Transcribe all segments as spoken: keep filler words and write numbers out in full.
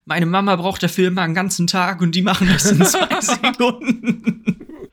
meine Mama braucht dafür immer einen ganzen Tag und die machen das in zwei Sekunden.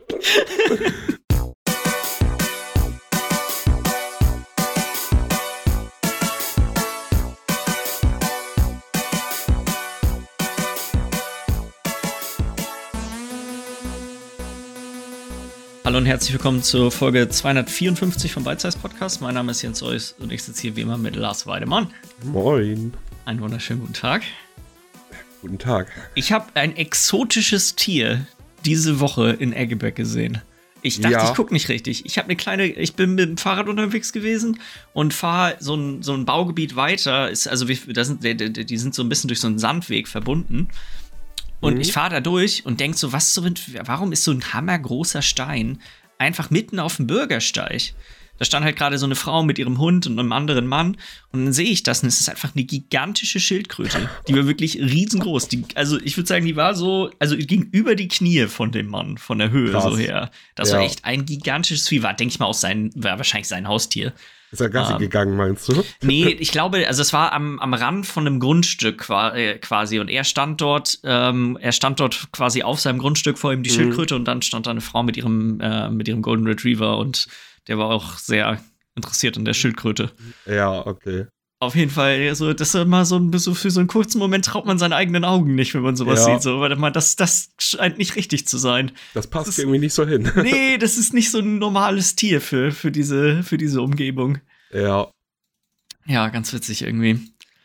Hallo und herzlich willkommen zur Folge zweihundertvierundfünfzig vom Bite Size Podcast. Mein Name ist Jens Eus und ich sitze hier wie immer mit Lars Weidemann. Moin. Einen wunderschönen guten Tag. Guten Tag. Ich habe ein exotisches Tier diese Woche in Eggeböck gesehen. Ich dachte, ja. ich gucke nicht richtig. Ich habe eine kleine, ich bin mit dem Fahrrad unterwegs gewesen und fahre so ein, so ein Baugebiet weiter. Ist, also wir, das sind, die, die sind so ein bisschen durch so einen Sandweg verbunden. Und mhm. ich fahre da durch und denke so, was so, warum ist so ein hammergroßer Stein einfach mitten auf dem Bürgersteig? Da stand halt gerade so eine Frau mit ihrem Hund und einem anderen Mann. Und dann sehe ich das und es ist einfach eine gigantische Schildkröte. Die war wirklich riesengroß. Die, also ich würde sagen, die war so, also ging über die Knie von dem Mann, von der Höhe Krass. so her. Das ja. war echt ein gigantisches Vieh. War, denke ich mal, auch sein, war wahrscheinlich sein Haustier. Ist er Gassi ähm, gegangen, meinst du? Nee, ich glaube, also es war am, am Rand von einem Grundstück quasi. Und er stand dort, ähm, er stand dort quasi auf seinem Grundstück, vor ihm die Schildkröte mhm. und dann stand da eine Frau mit ihrem, äh, mit ihrem Golden Retriever und der war auch sehr interessiert in der Schildkröte. Ja, okay. Auf jeden Fall, also, das ist immer so, so für so einen kurzen Moment traut man seinen eigenen Augen nicht, wenn man sowas ja. sieht. So, weil man, das, das scheint nicht richtig zu sein. Das passt das ist, irgendwie nicht so hin. Nee, das ist nicht so ein normales Tier für, für, diese, für diese Umgebung. Ja. Ja, ganz witzig irgendwie.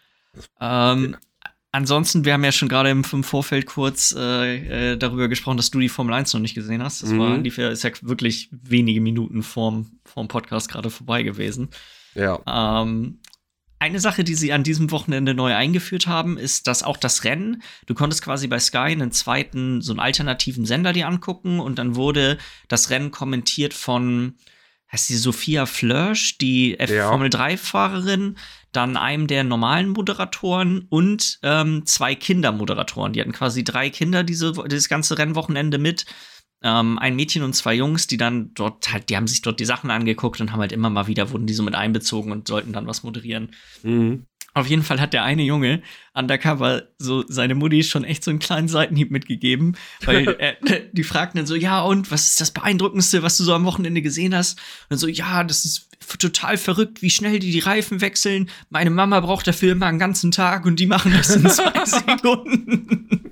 Ähm, ansonsten, wir haben ja schon gerade im, im Vorfeld kurz äh, äh, darüber gesprochen, dass du die Formel eins noch nicht gesehen hast. Das mhm. war, lief ja, ist ja wirklich wenige Minuten vorm, vorm Podcast gerade vorbei gewesen. Ja. Ähm, Eine Sache, die sie an diesem Wochenende neu eingeführt haben, ist, dass auch das Rennen, du konntest quasi bei Sky einen zweiten, so einen alternativen Sender dir angucken und dann wurde das Rennen kommentiert von, heißt die Sophia Flörsch, die ja. Formel drei Fahrerin, dann einem der normalen Moderatoren und ähm, zwei Kindermoderatoren. Die hatten quasi drei Kinder diese, dieses ganze Rennwochenende mit. Ähm, ein Mädchen und zwei Jungs, die dann dort halt, die haben sich dort die Sachen angeguckt und haben halt immer mal wieder, wurden die so mit einbezogen und sollten dann was moderieren. Mhm. Auf jeden Fall hat der eine Junge undercover so seine Mutti schon echt so einen kleinen Seitenhieb mitgegeben, weil er, die fragten dann so, ja und, was ist das Beeindruckendste, was du so am Wochenende gesehen hast? Und dann so, ja, das ist total verrückt, wie schnell die die Reifen wechseln. Meine Mama braucht dafür immer einen ganzen Tag und die machen das in zwei Sekunden.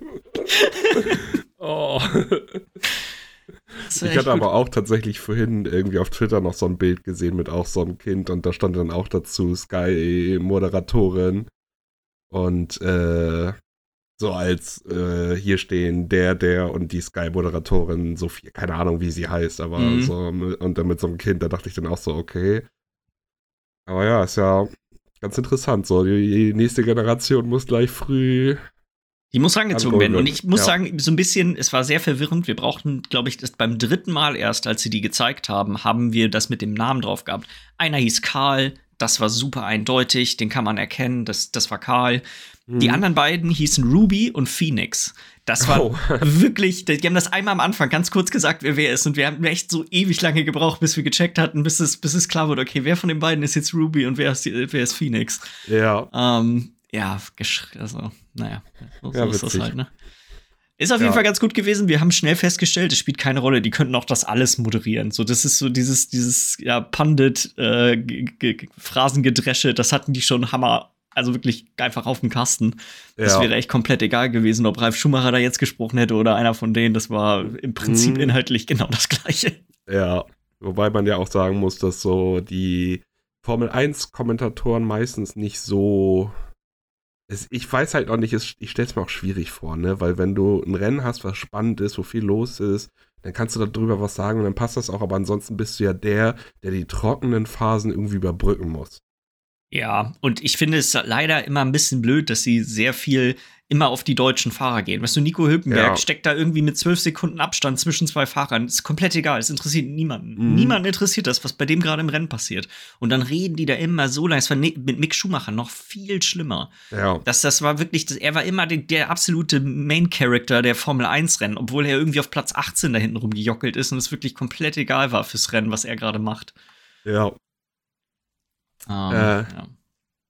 Oh. Ich hatte aber auch tatsächlich vorhin irgendwie auf Twitter noch so ein Bild gesehen mit auch so einem Kind und da stand dann auch dazu Sky-Moderatorin und äh, so als äh, hier stehen der, der und die Sky-Moderatorin Sophie, keine Ahnung wie sie heißt, aber mhm. so und dann mit so einem Kind, da dachte ich dann auch so, okay. Aber ja, ist ja ganz interessant, so die nächste Generation muss gleich früh Die muss rangezogen werden. Und ich muss ja. sagen, so ein bisschen, es war sehr verwirrend. Wir brauchten, glaube ich, das beim dritten Mal erst, als sie die gezeigt haben, haben wir das mit dem Namen drauf gehabt. Einer hieß Karl, das war super eindeutig, den kann man erkennen, das, das war Karl. Mhm. Die anderen beiden hießen Ruby und Phoenix. Das war oh. wirklich, die haben das einmal am Anfang ganz kurz gesagt, wer wer ist. Und wir haben echt so ewig lange gebraucht, bis wir gecheckt hatten, bis es, bis es klar wurde, okay, wer von den beiden ist jetzt Ruby und wer ist, wer ist Phoenix? Ja. Ähm, Ja, also, naja, so, ja, so ist das halt, ne? Ist auf jeden ja. Fall ganz gut gewesen. Wir haben schnell festgestellt, es spielt keine Rolle. Die könnten auch das alles moderieren. So, das ist so dieses, dieses, ja, Pandit, äh, Phrasengedresche, das hatten die schon Hammer, also wirklich einfach auf dem Kasten. Das ja. wäre echt komplett egal gewesen, ob Ralf Schumacher da jetzt gesprochen hätte oder einer von denen. Das war im Prinzip mhm. inhaltlich genau das Gleiche. Ja, wobei man ja auch sagen muss, dass so die Formel eins Kommentatoren meistens nicht so Es, ich weiß halt auch nicht, es, ich stelle es mir auch schwierig vor, ne? Weil wenn du ein Rennen hast, was spannend ist, wo viel los ist, dann kannst du darüber was sagen und dann passt das auch, aber ansonsten bist du ja der, der die trockenen Phasen irgendwie überbrücken muss. Ja, und ich finde es leider immer ein bisschen blöd, dass sie sehr viel immer auf die deutschen Fahrer gehen. Weißt du, Nico Hülkenberg ja. steckt da irgendwie mit zwölf Sekunden Abstand zwischen zwei Fahrern. Ist komplett egal, es interessiert niemanden. Mhm. Niemanden interessiert das, was bei dem gerade im Rennen passiert. Und dann reden die da immer so lange. Es war mit Mick Schumacher noch viel schlimmer. Ja. Das, das war wirklich, das, er war immer der, der absolute Main-Character der Formel eins Rennen, obwohl er irgendwie auf Platz achtzehn da hinten rumgejockelt ist und es wirklich komplett egal war fürs Rennen, was er gerade macht. Ja. Um, äh, ja.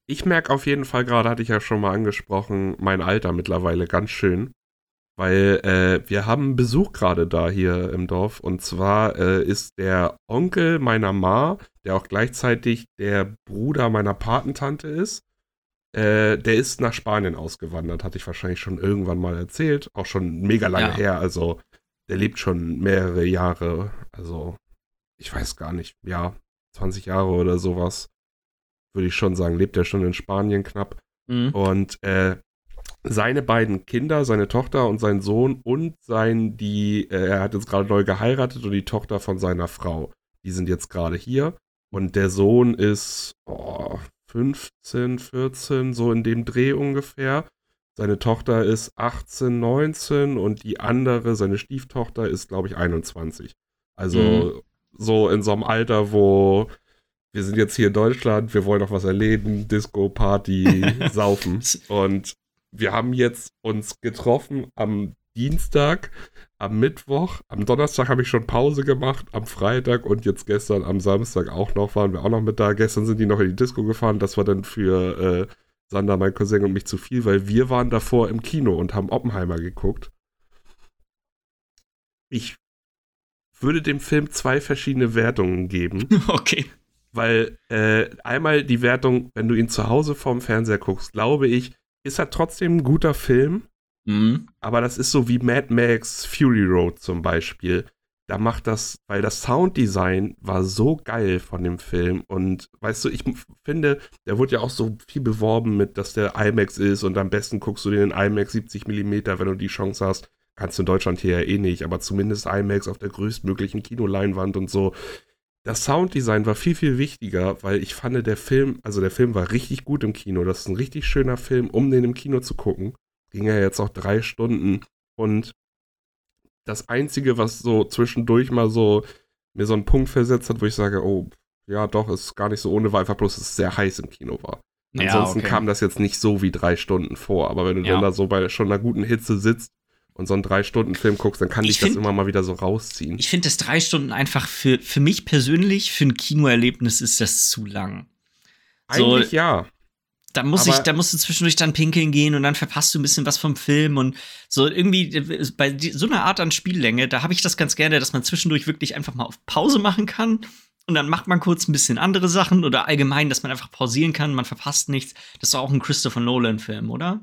ich merke auf jeden Fall gerade, hatte ich ja schon mal angesprochen, mein Alter mittlerweile ganz schön. Weil äh, wir haben Besuch gerade da hier im Dorf. Und zwar äh, ist der Onkel meiner Ma, der auch gleichzeitig der Bruder meiner Patentante ist, äh, der ist nach Spanien ausgewandert. Hatte ich wahrscheinlich schon irgendwann mal erzählt. Auch schon mega lange ja. her. Also der lebt schon mehrere Jahre. Also ich weiß gar nicht. Ja, zwanzig Jahre oder sowas. Würde ich schon sagen. Lebt er schon in Spanien knapp. Mhm. Und äh, seine beiden Kinder, seine Tochter und sein Sohn und sein, die, äh, er hat jetzt gerade neu geheiratet und die Tochter von seiner Frau, die sind jetzt gerade hier. Und der Sohn ist oh, fünfzehn, vierzehn, so in dem Dreh ungefähr. Seine Tochter ist achtzehn, neunzehn und die andere, seine Stieftochter, ist, glaube ich, einundzwanzig. Also mhm. so in so einem Alter, wo wir sind jetzt hier in Deutschland, wir wollen noch was erleben, Disco, Party, saufen. Und wir haben jetzt uns getroffen am Dienstag, am Mittwoch, am Donnerstag habe ich schon Pause gemacht, am Freitag und jetzt gestern am Samstag auch noch, waren wir auch noch mit da. Gestern sind die noch in die Disco gefahren, das war dann für äh, Sander, mein Cousin und mich zu viel, weil wir waren davor im Kino und haben Oppenheimer geguckt. Ich würde dem Film zwei verschiedene Wertungen geben. Okay. Weil äh, einmal die Wertung, wenn du ihn zu Hause vorm Fernseher guckst, glaube ich, ist er trotzdem ein guter Film, mhm. aber das ist so wie Mad Max Fury Road zum Beispiel. Da macht das, weil das Sounddesign war so geil von dem Film und weißt du, ich finde, der wurde ja auch so viel beworben mit, dass der IMAX ist und am besten guckst du den in IMAX siebzig Millimeter, wenn du die Chance hast. Kannst du in Deutschland hier ja eh nicht, aber zumindest IMAX auf der größtmöglichen Kinoleinwand und so. Das Sounddesign war viel, viel wichtiger, weil ich fand, der Film, also der Film war richtig gut im Kino. Das ist ein richtig schöner Film, um den im Kino zu gucken. Ging ja jetzt auch drei Stunden. Und das Einzige, was so zwischendurch mal so mir so einen Punkt versetzt hat, wo ich sage, oh, ja doch, ist gar nicht so ohne, war einfach bloß, dass es sehr heiß im Kino war. Ja, Ansonsten okay. kam das jetzt nicht so wie drei Stunden vor. Aber wenn du ja. dann da so bei schon einer guten Hitze sitzt, und so einen drei-Stunden-Film guckst, dann kann dich das immer mal wieder so rausziehen. Ich finde, das drei Stunden einfach für, für mich persönlich, für ein Kinoerlebnis ist das zu lang. Eigentlich so, ja. Da muss ich, da musst du zwischendurch dann pinkeln gehen und dann verpasst du ein bisschen was vom Film und so irgendwie bei so einer Art an Spiellänge, da habe ich das ganz gerne, dass man zwischendurch wirklich einfach mal auf Pause machen kann und dann macht man kurz ein bisschen andere Sachen oder allgemein, dass man einfach pausieren kann, man verpasst nichts. Das ist auch ein Christopher Nolan-Film, oder?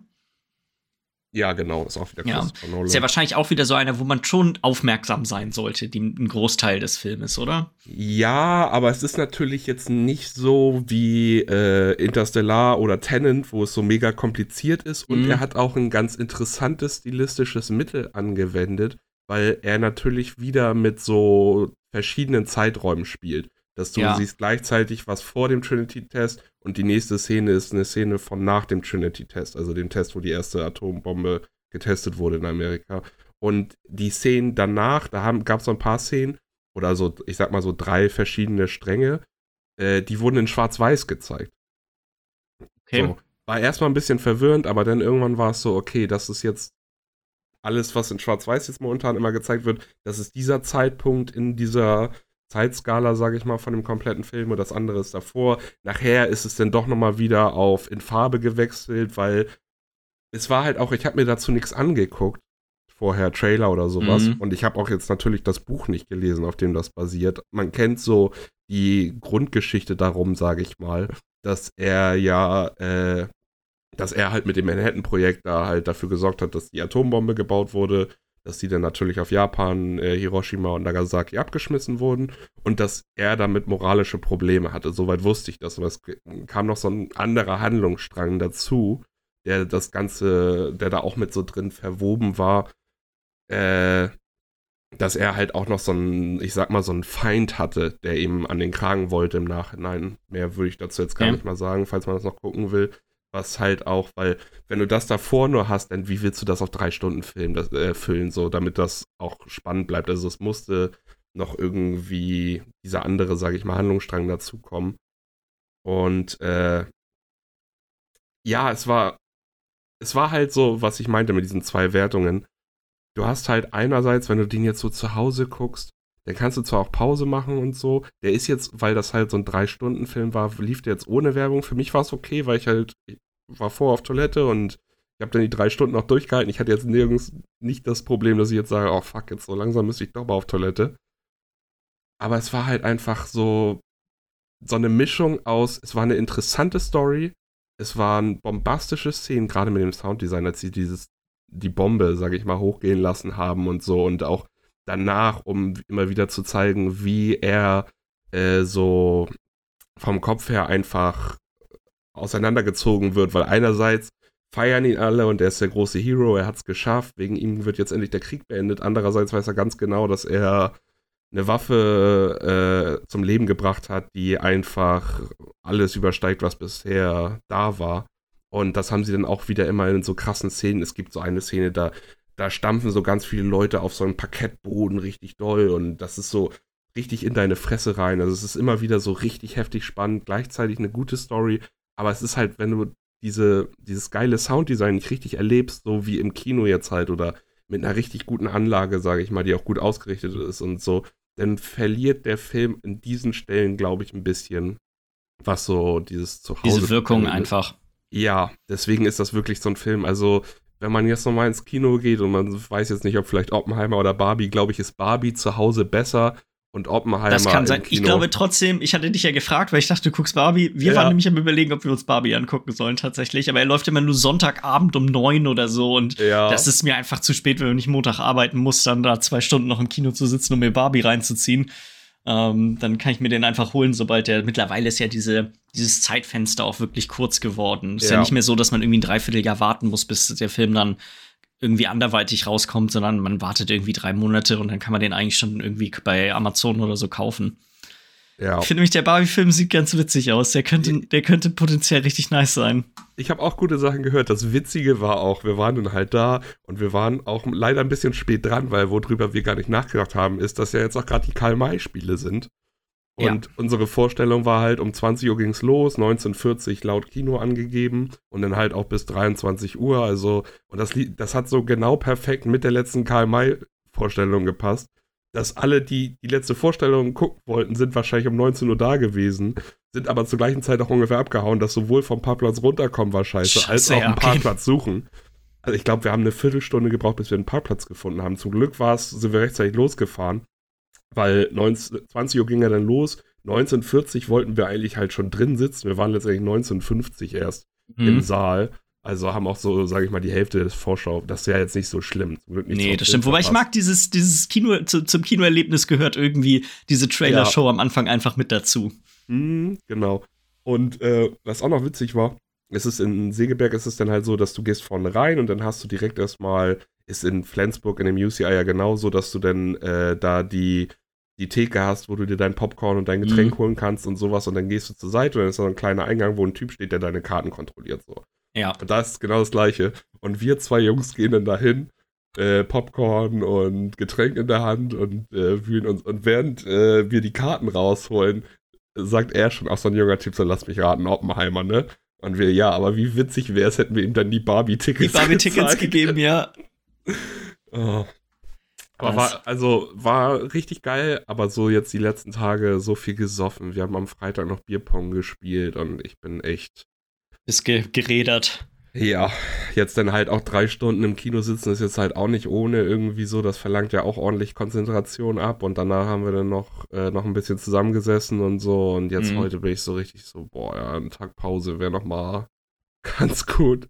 Ja, genau, ist auch wieder ja. Christopher Nolan. Ist ja wahrscheinlich auch wieder so einer, wo man schon aufmerksam sein sollte, die, ein Großteil des Filmes, oder? Ja, aber es ist natürlich jetzt nicht so wie äh, Interstellar oder Tenet, wo es so mega kompliziert ist. Und mhm. er hat auch ein ganz interessantes stilistisches Mittel angewendet, weil er natürlich wieder mit so verschiedenen Zeiträumen spielt. Dass du ja. siehst gleichzeitig was vor dem Trinity-Test und die nächste Szene ist eine Szene von nach dem Trinity-Test, also dem Test, wo die erste Atombombe getestet wurde in Amerika. Und die Szenen danach, da gab es so ein paar Szenen, oder so, ich sag mal so drei verschiedene Stränge, äh, die wurden in Schwarz-Weiß gezeigt. Okay. So, war erstmal ein bisschen verwirrend, aber dann irgendwann war es so, okay, das ist jetzt alles, was in Schwarz-Weiß jetzt momentan immer gezeigt wird, das ist dieser Zeitpunkt in dieser Zeitskala, sage ich mal, von dem kompletten Film und das andere ist davor. Nachher ist es dann doch nochmal wieder auf in Farbe gewechselt, weil es war halt auch, ich habe mir dazu nichts angeguckt, vorher Trailer oder sowas mhm. und ich habe auch jetzt natürlich das Buch nicht gelesen, auf dem das basiert. Man kennt so die Grundgeschichte darum, sage ich mal, dass er ja, äh, dass er halt mit dem Manhattan-Projekt da halt dafür gesorgt hat, dass die Atombombe gebaut wurde, dass die dann natürlich auf Japan, äh, Hiroshima und Nagasaki abgeschmissen wurden und dass er damit moralische Probleme hatte. Soweit wusste ich das. Und es kam noch so ein anderer Handlungsstrang dazu, der das Ganze, der da auch mit so drin verwoben war, äh, dass er halt auch noch so ein, ich sag mal, so einen Feind hatte, der ihm an den Kragen wollte im Nachhinein. Mehr würde ich dazu jetzt gar ja. nicht mal sagen, falls man das noch gucken will. Was halt auch, weil wenn du das davor nur hast, dann wie willst du das auf drei Stunden Film das, äh, füllen, so, damit das auch spannend bleibt. Also es musste noch irgendwie dieser andere, sage ich mal, Handlungsstrang dazukommen. Und äh, ja, es war es war halt so, was ich meinte mit diesen zwei Wertungen. Du hast halt einerseits, wenn du den jetzt so zu Hause guckst, Den kannst du zwar auch Pause machen und so. Der ist jetzt, weil das halt so ein Drei-Stunden-Film war, lief der jetzt ohne Werbung. Für mich war es okay, weil ich halt, ich war vorher auf Toilette und ich habe dann die drei Stunden noch durchgehalten. Ich hatte jetzt nirgends nicht das Problem, dass ich jetzt sage, oh fuck, jetzt so langsam müsste ich doch mal auf Toilette. Aber es war halt einfach so, so eine Mischung aus, es war eine interessante Story, es waren bombastische Szenen, gerade mit dem Sounddesign, als sie dieses, die Bombe, sage ich mal, hochgehen lassen haben und so und auch danach, um immer wieder zu zeigen, wie er äh, so vom Kopf her einfach auseinandergezogen wird, weil einerseits feiern ihn alle und er ist der große Hero, er hat es geschafft, wegen ihm wird jetzt endlich der Krieg beendet, andererseits weiß er ganz genau, dass er eine Waffe äh, zum Leben gebracht hat, die einfach alles übersteigt, was bisher da war. Und das haben sie dann auch wieder immer in so krassen Szenen. Es gibt so eine Szene, da, da stampfen so ganz viele Leute auf so einen Parkettboden richtig doll und das ist so richtig in deine Fresse rein. Also es ist immer wieder so richtig heftig spannend, gleichzeitig eine gute Story, aber es ist halt, wenn du diese, dieses geile Sounddesign nicht richtig erlebst, so wie im Kino jetzt halt oder mit einer richtig guten Anlage, sage ich mal, die auch gut ausgerichtet ist und so, dann verliert der Film in diesen Stellen, glaube ich, ein bisschen, was so dieses Zuhause... Diese Wirkung einfach. Ja, deswegen ist das wirklich so ein Film, also wenn man jetzt nochmal ins Kino geht und man weiß jetzt nicht, ob vielleicht Oppenheimer oder Barbie, glaube ich, ist Barbie zu Hause besser und Oppenheimer Das kann sein. im Kino. Ich glaube trotzdem, ich hatte dich ja gefragt, weil ich dachte, du guckst Barbie. Wir ja. waren nämlich am Überlegen, ob wir uns Barbie angucken sollen tatsächlich. Aber er läuft immer nur Sonntagabend um neun oder so. Und ja. das ist mir einfach zu spät, wenn ich Montag arbeiten muss, dann da zwei Stunden noch im Kino zu sitzen, um mir Barbie reinzuziehen. Ähm, dann kann ich mir den einfach holen, sobald der, mittlerweile ist ja diese, dieses Zeitfenster auch wirklich kurz geworden. Ist ja. ja nicht mehr so, dass man irgendwie ein Dreivierteljahr warten muss, bis der Film dann irgendwie anderweitig rauskommt, sondern man wartet irgendwie drei Monate und dann kann man den eigentlich schon irgendwie bei Amazon oder so kaufen. Ja. Ich finde nämlich, der Barbie-Film sieht ganz witzig aus. Der könnte, der könnte potenziell richtig nice sein. Ich habe auch gute Sachen gehört. Das Witzige war auch, wir waren dann halt da und wir waren auch leider ein bisschen spät dran, weil worüber wir gar nicht nachgedacht haben, ist, dass ja jetzt auch gerade die Karl-May-Spiele sind. Und ja. unsere Vorstellung war halt, um zwanzig Uhr ging's los, neunzehn Uhr vierzig laut Kino angegeben und dann halt auch bis dreiundzwanzig Uhr, also, und das, das hat so genau perfekt mit der letzten Karl-May-Vorstellung gepasst, dass alle, die die letzte Vorstellung gucken wollten, sind wahrscheinlich um neunzehn Uhr da gewesen, sind aber zur gleichen Zeit auch ungefähr abgehauen, dass sowohl vom Parkplatz runterkommen war scheiße, scheiße als auch ja, einen okay. Parkplatz suchen. Also ich glaube, wir haben eine Viertelstunde gebraucht, bis wir einen Parkplatz gefunden haben. Zum Glück war's, sind wir rechtzeitig losgefahren. Weil neunzehn, zwanzig Uhr ging er dann los, neunzehn Uhr vierzig wollten wir eigentlich halt schon drin sitzen, wir waren letztendlich neunzehn Uhr fünfzig erst mhm. im Saal, also haben auch so, sage ich mal, die Hälfte des Vorschau, das ist ja jetzt nicht so schlimm. Zum Glück nicht nee, das stimmt, wobei ich mag dieses, dieses Kino, zu, zum Kinoerlebnis gehört irgendwie diese Trailer-Show ja. am Anfang einfach mit dazu. Mhm, genau, und äh, was auch noch witzig war, es ist in Segeberg ist es dann halt so, dass du gehst vorne rein und dann hast du direkt erstmal, ist in Flensburg in dem U C I ja genauso, dass du dann äh, da die die Theke hast, wo du dir dein Popcorn und dein Getränk mhm. holen kannst und sowas und dann gehst du zur Seite und dann ist da ein kleiner Eingang, wo ein Typ steht, der deine Karten kontrolliert. So. Ja. Und da ist genau das Gleiche. Und wir zwei Jungs gehen dann dahin, äh, Popcorn und Getränk in der Hand und äh, wühlen uns. Und während äh, wir die Karten rausholen, sagt er schon, auch so ein junger Typ, so lass mich raten, Oppenheimer, ne? Und wir, ja, aber wie witzig wäre es, hätten wir ihm dann die Barbie-Tickets Die Barbie-Tickets gegeben, ja. Oh. Aber war, also, war richtig geil, aber so jetzt die letzten Tage so viel gesoffen. Wir haben am Freitag noch Bierpong gespielt und ich bin echt... Ist ge- gerädert. Ja, jetzt dann halt auch drei Stunden im Kino sitzen ist jetzt halt auch nicht ohne irgendwie so. Das verlangt ja auch ordentlich Konzentration ab und danach haben wir dann noch, äh, noch ein bisschen zusammengesessen und so und jetzt mhm. heute bin ich so richtig so, boah, ja, ein Tag Pause wäre noch mal ganz gut.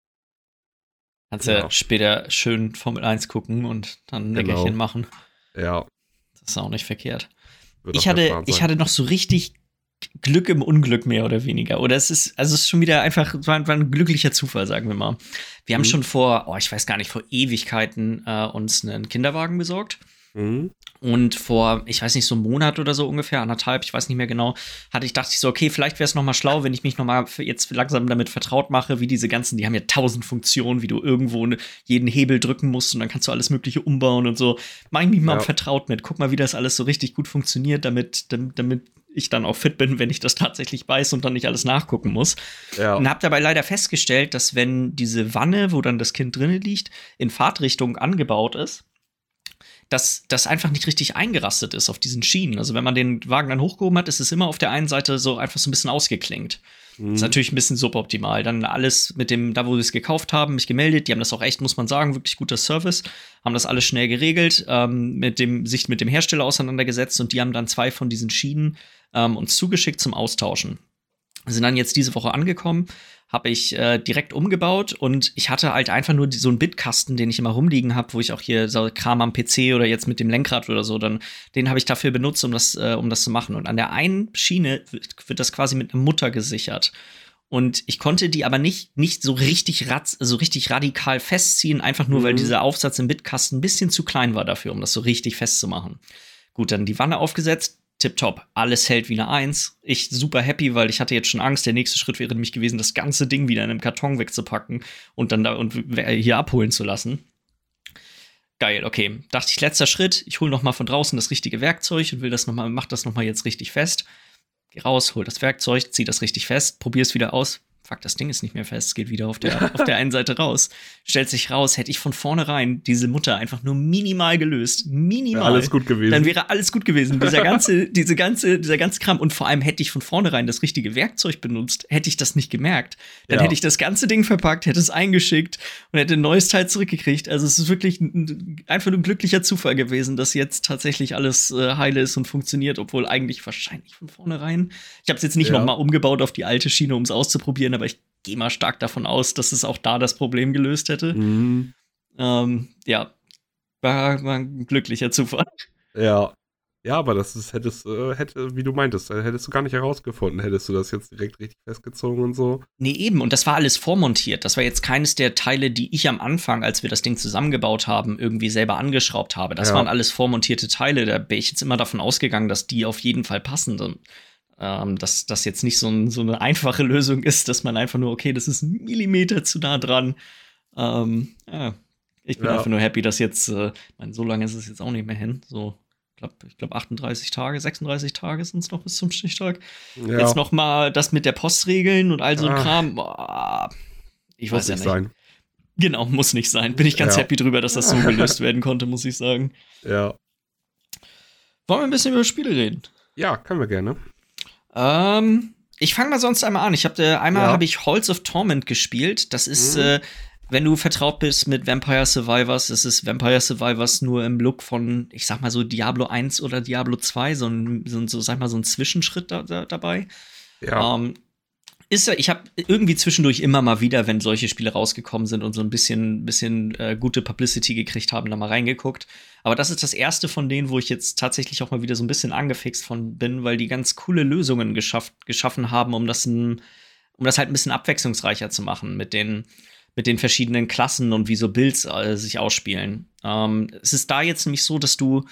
Kannst ja. ja später schön Formel eins gucken und dann ein Nickerchen genau. machen. Ja. Das ist auch nicht verkehrt. Ich hatte, ich hatte noch so richtig Glück im Unglück, mehr oder weniger. Oder es ist, also es ist schon wieder einfach, es war, war ein glücklicher Zufall, sagen wir mal. Wir mhm. haben schon vor, oh, ich weiß gar nicht, vor Ewigkeiten äh, uns einen Kinderwagen besorgt. Mhm. Und vor, ich weiß nicht, so einem Monat oder so ungefähr, anderthalb, ich weiß nicht mehr genau, hatte ich, dachte ich so, okay, vielleicht wäre es noch mal schlau, wenn ich mich noch mal jetzt langsam damit vertraut mache, wie diese ganzen, die haben ja tausend Funktionen, wie du irgendwo jeden Hebel drücken musst und dann kannst du alles Mögliche umbauen und so. Mach ich mich mal ja. vertraut mit. Guck mal, wie das alles so richtig gut funktioniert, damit, damit, damit ich dann auch fit bin, wenn ich das tatsächlich weiß und dann nicht alles nachgucken muss. Ja. Und hab dabei leider festgestellt, dass wenn diese Wanne, wo dann das Kind drinnen liegt, in Fahrtrichtung angebaut ist, dass das einfach nicht richtig eingerastet ist auf diesen Schienen. Also wenn man den Wagen dann hochgehoben hat, ist es immer auf der einen Seite so einfach so ein bisschen ausgeklingt. Mhm. Ist natürlich ein bisschen suboptimal. Dann alles mit dem, da wo sie es gekauft haben, mich gemeldet. Die haben das auch echt, muss man sagen, wirklich guter Service. Haben das alles schnell geregelt, ähm, mit dem, sich mit dem Hersteller auseinandergesetzt und die haben dann zwei von diesen Schienen ähm, uns zugeschickt zum Austauschen. Wir sind dann jetzt diese Woche angekommen, habe ich äh, direkt umgebaut und ich hatte halt einfach nur die, so einen Bitkasten, den ich immer rumliegen habe, wo ich auch hier so Kram am P C oder jetzt mit dem Lenkrad oder so, dann den habe ich dafür benutzt, um das, äh, um das zu machen. Und an der einen Schiene wird, wird das quasi mit einer Mutter gesichert. Und ich konnte die aber nicht, nicht so richtig ratz, so richtig radikal festziehen, einfach nur, mhm. weil dieser Aufsatz im Bitkasten ein bisschen zu klein war dafür, um das so richtig festzumachen. Gut, dann die Wanne aufgesetzt. Tipptopp, alles hält wie eine Eins. Ich super happy, weil ich hatte jetzt schon Angst. Der nächste Schritt wäre nämlich gewesen, das ganze Ding wieder in einem Karton wegzupacken und dann da und hier abholen zu lassen. Geil, okay. Dachte ich, letzter Schritt. Ich hole noch mal von draußen das richtige Werkzeug und will das noch mal, mach das noch mal jetzt richtig fest. Geh raus, hol das Werkzeug, zieh das richtig fest, probier es wieder aus. Fuck, das Ding ist nicht mehr fest, es geht wieder auf der, auf der einen Seite raus. Stellt sich raus, hätte ich von vornherein diese Mutter einfach nur minimal gelöst. Minimal. Wäre alles gut gewesen. Dann wäre alles gut gewesen. Dieser ganze, diese ganze, dieser ganze Kram. Und vor allem hätte ich von vornherein das richtige Werkzeug benutzt, hätte ich das nicht gemerkt. Dann ja. hätte ich das ganze Ding verpackt, hätte es eingeschickt und hätte ein neues Teil zurückgekriegt. Also es ist wirklich ein, einfach nur ein glücklicher Zufall gewesen, dass jetzt tatsächlich alles äh, heile ist und funktioniert, obwohl eigentlich wahrscheinlich von vornherein. Ich habe es jetzt nicht ja. noch mal umgebaut auf die alte Schiene, um es auszuprobieren, aber ich gehe mal stark davon aus, dass es auch da das Problem gelöst hätte. Mhm. Ähm, ja, war, war ein glücklicher Zufall. Ja, ja, aber das ist, hättest, äh, hätte, wie du meintest, hättest du gar nicht herausgefunden, hättest du das jetzt direkt richtig festgezogen und so. Nee, eben, und das war alles vormontiert. Das war jetzt keines der Teile, die ich am Anfang, als wir das Ding zusammengebaut haben, irgendwie selber angeschraubt habe. Das ja. waren alles vormontierte Teile. Da bin ich jetzt immer davon ausgegangen, dass die auf jeden Fall passen. Ähm, dass das jetzt nicht so, ein, so eine einfache Lösung ist, dass man einfach nur, okay, das ist ein Millimeter zu nah dran. Ähm, ja, ich bin ja. einfach nur happy, dass jetzt, äh, mein, so lange ist es jetzt auch nicht mehr hin. So, glaub, ich glaube, achtunddreißig Tage, sechsunddreißig Tage sind es noch bis zum Stichtag. Ja. Jetzt noch mal das mit der Post regeln und all so ein Ach. Kram. Boah, ich weiß muss ja nicht. Sein. Genau, muss nicht sein. Bin ich ganz ja. happy drüber, dass das so gelöst werden konnte, muss ich sagen. Ja. Wollen wir ein bisschen über Spiele reden? Ja, können wir gerne. Ähm, ich fange mal sonst einmal an. Ich habe einmal ja. habe ich Halls of Torment gespielt. Das ist, mhm. äh, wenn du vertraut bist mit Vampire Survivors, das ist Vampire Survivors nur im Look von, ich sag mal so Diablo eins oder Diablo zwei, so ein, so, so sag mal so ein Zwischenschritt da, da, dabei. Ja. Ähm, ist ja, ich habe irgendwie zwischendurch immer mal wieder, wenn solche Spiele rausgekommen sind und so ein bisschen, bisschen äh, gute Publicity gekriegt haben, da mal reingeguckt. Aber das ist das erste von denen, wo ich jetzt tatsächlich auch mal wieder so ein bisschen angefixt von bin, weil die ganz coole Lösungen geschafft, geschaffen haben, um das, ein, um das halt ein bisschen abwechslungsreicher zu machen mit den, mit den verschiedenen Klassen und wie so Builds äh, sich ausspielen. Ähm, es ist da jetzt nämlich so, dass du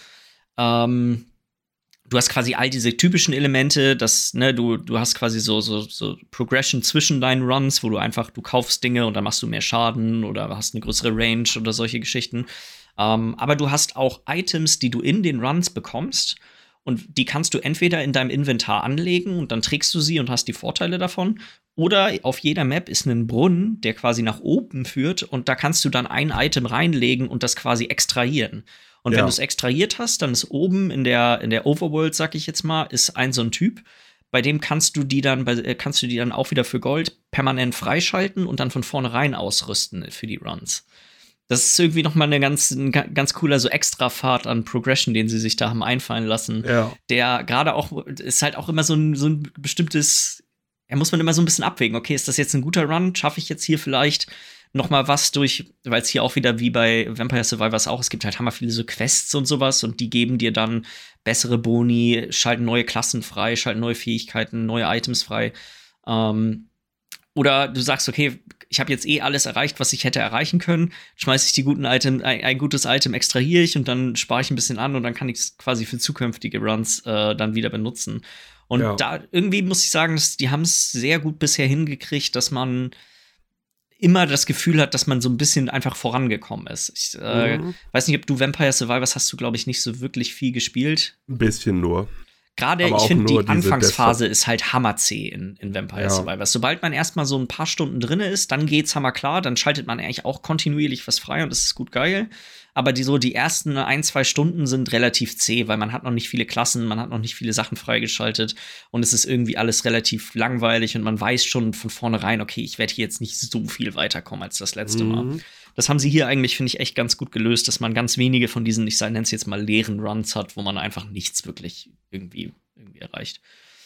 ähm, Du hast quasi all diese typischen Elemente, dass, ne, du, du hast quasi so, so, so Progression zwischen deinen Runs, wo du einfach, du kaufst Dinge und dann machst du mehr Schaden oder hast eine größere Range oder solche Geschichten. Ähm, aber du hast auch Items, die du in den Runs bekommst und die kannst du entweder in deinem Inventar anlegen und dann trägst du sie und hast die Vorteile davon. Oder auf jeder Map ist ein Brunnen, der quasi nach oben führt und da kannst du dann ein Item reinlegen und das quasi extrahieren. Und ja. wenn du es extrahiert hast, dann ist oben in der, in der Overworld, sag ich jetzt mal, ist ein so ein Typ, bei dem kannst du die dann, bei, kannst du die dann auch wieder für Gold permanent freischalten und dann von vornherein ausrüsten für die Runs. Das ist irgendwie noch mal eine ganz, ein ganz cooler so Extra-Pfad an Progression, den sie sich da haben einfallen lassen. Ja. Der gerade auch, ist halt auch immer so ein, so ein bestimmtes, ja, muss man immer so ein bisschen abwägen. Okay, ist das jetzt ein guter Run? Schaffe ich jetzt hier vielleicht noch mal was durch, weil es hier auch wieder wie bei Vampire Survivors auch, es gibt halt hammer viele so Quests und sowas und die geben dir dann bessere Boni, schalten neue Klassen frei, schalten neue Fähigkeiten, neue Items frei. Ähm, oder du sagst, okay, ich habe jetzt eh alles erreicht, was ich hätte erreichen können, schmeiße ich die guten Item, ein, ein gutes Item extrahiere ich und dann spare ich ein bisschen an und dann kann ich es quasi für zukünftige Runs äh, dann wieder benutzen. Und ja. da irgendwie muss ich sagen, dass, die haben es sehr gut bisher hingekriegt, dass man immer das Gefühl hat, dass man so ein bisschen einfach vorangekommen ist. Ich äh, mhm. weiß nicht, ob du Vampire Survivors hast du, glaube ich, nicht so wirklich viel gespielt. Ein bisschen nur. Gerade, ich finde, die Anfangsphase ist halt hammerzäh in, in Vampire ja. Survivors. Sobald man erstmal so ein paar Stunden drin ist, dann geht's hammerklar, dann schaltet man eigentlich auch kontinuierlich was frei und das ist gut geil. Aber die so die ersten ein, zwei Stunden sind relativ zäh, weil man hat noch nicht viele Klassen, man hat noch nicht viele Sachen freigeschaltet und es ist irgendwie alles relativ langweilig und man weiß schon von vornherein, okay, ich werde hier jetzt nicht so viel weiterkommen als das letzte mhm. Mal. Das haben sie hier eigentlich, finde ich, echt ganz gut gelöst, dass man ganz wenige von diesen, ich nenne es jetzt mal leeren Runs hat, wo man einfach nichts wirklich irgendwie, irgendwie erreicht.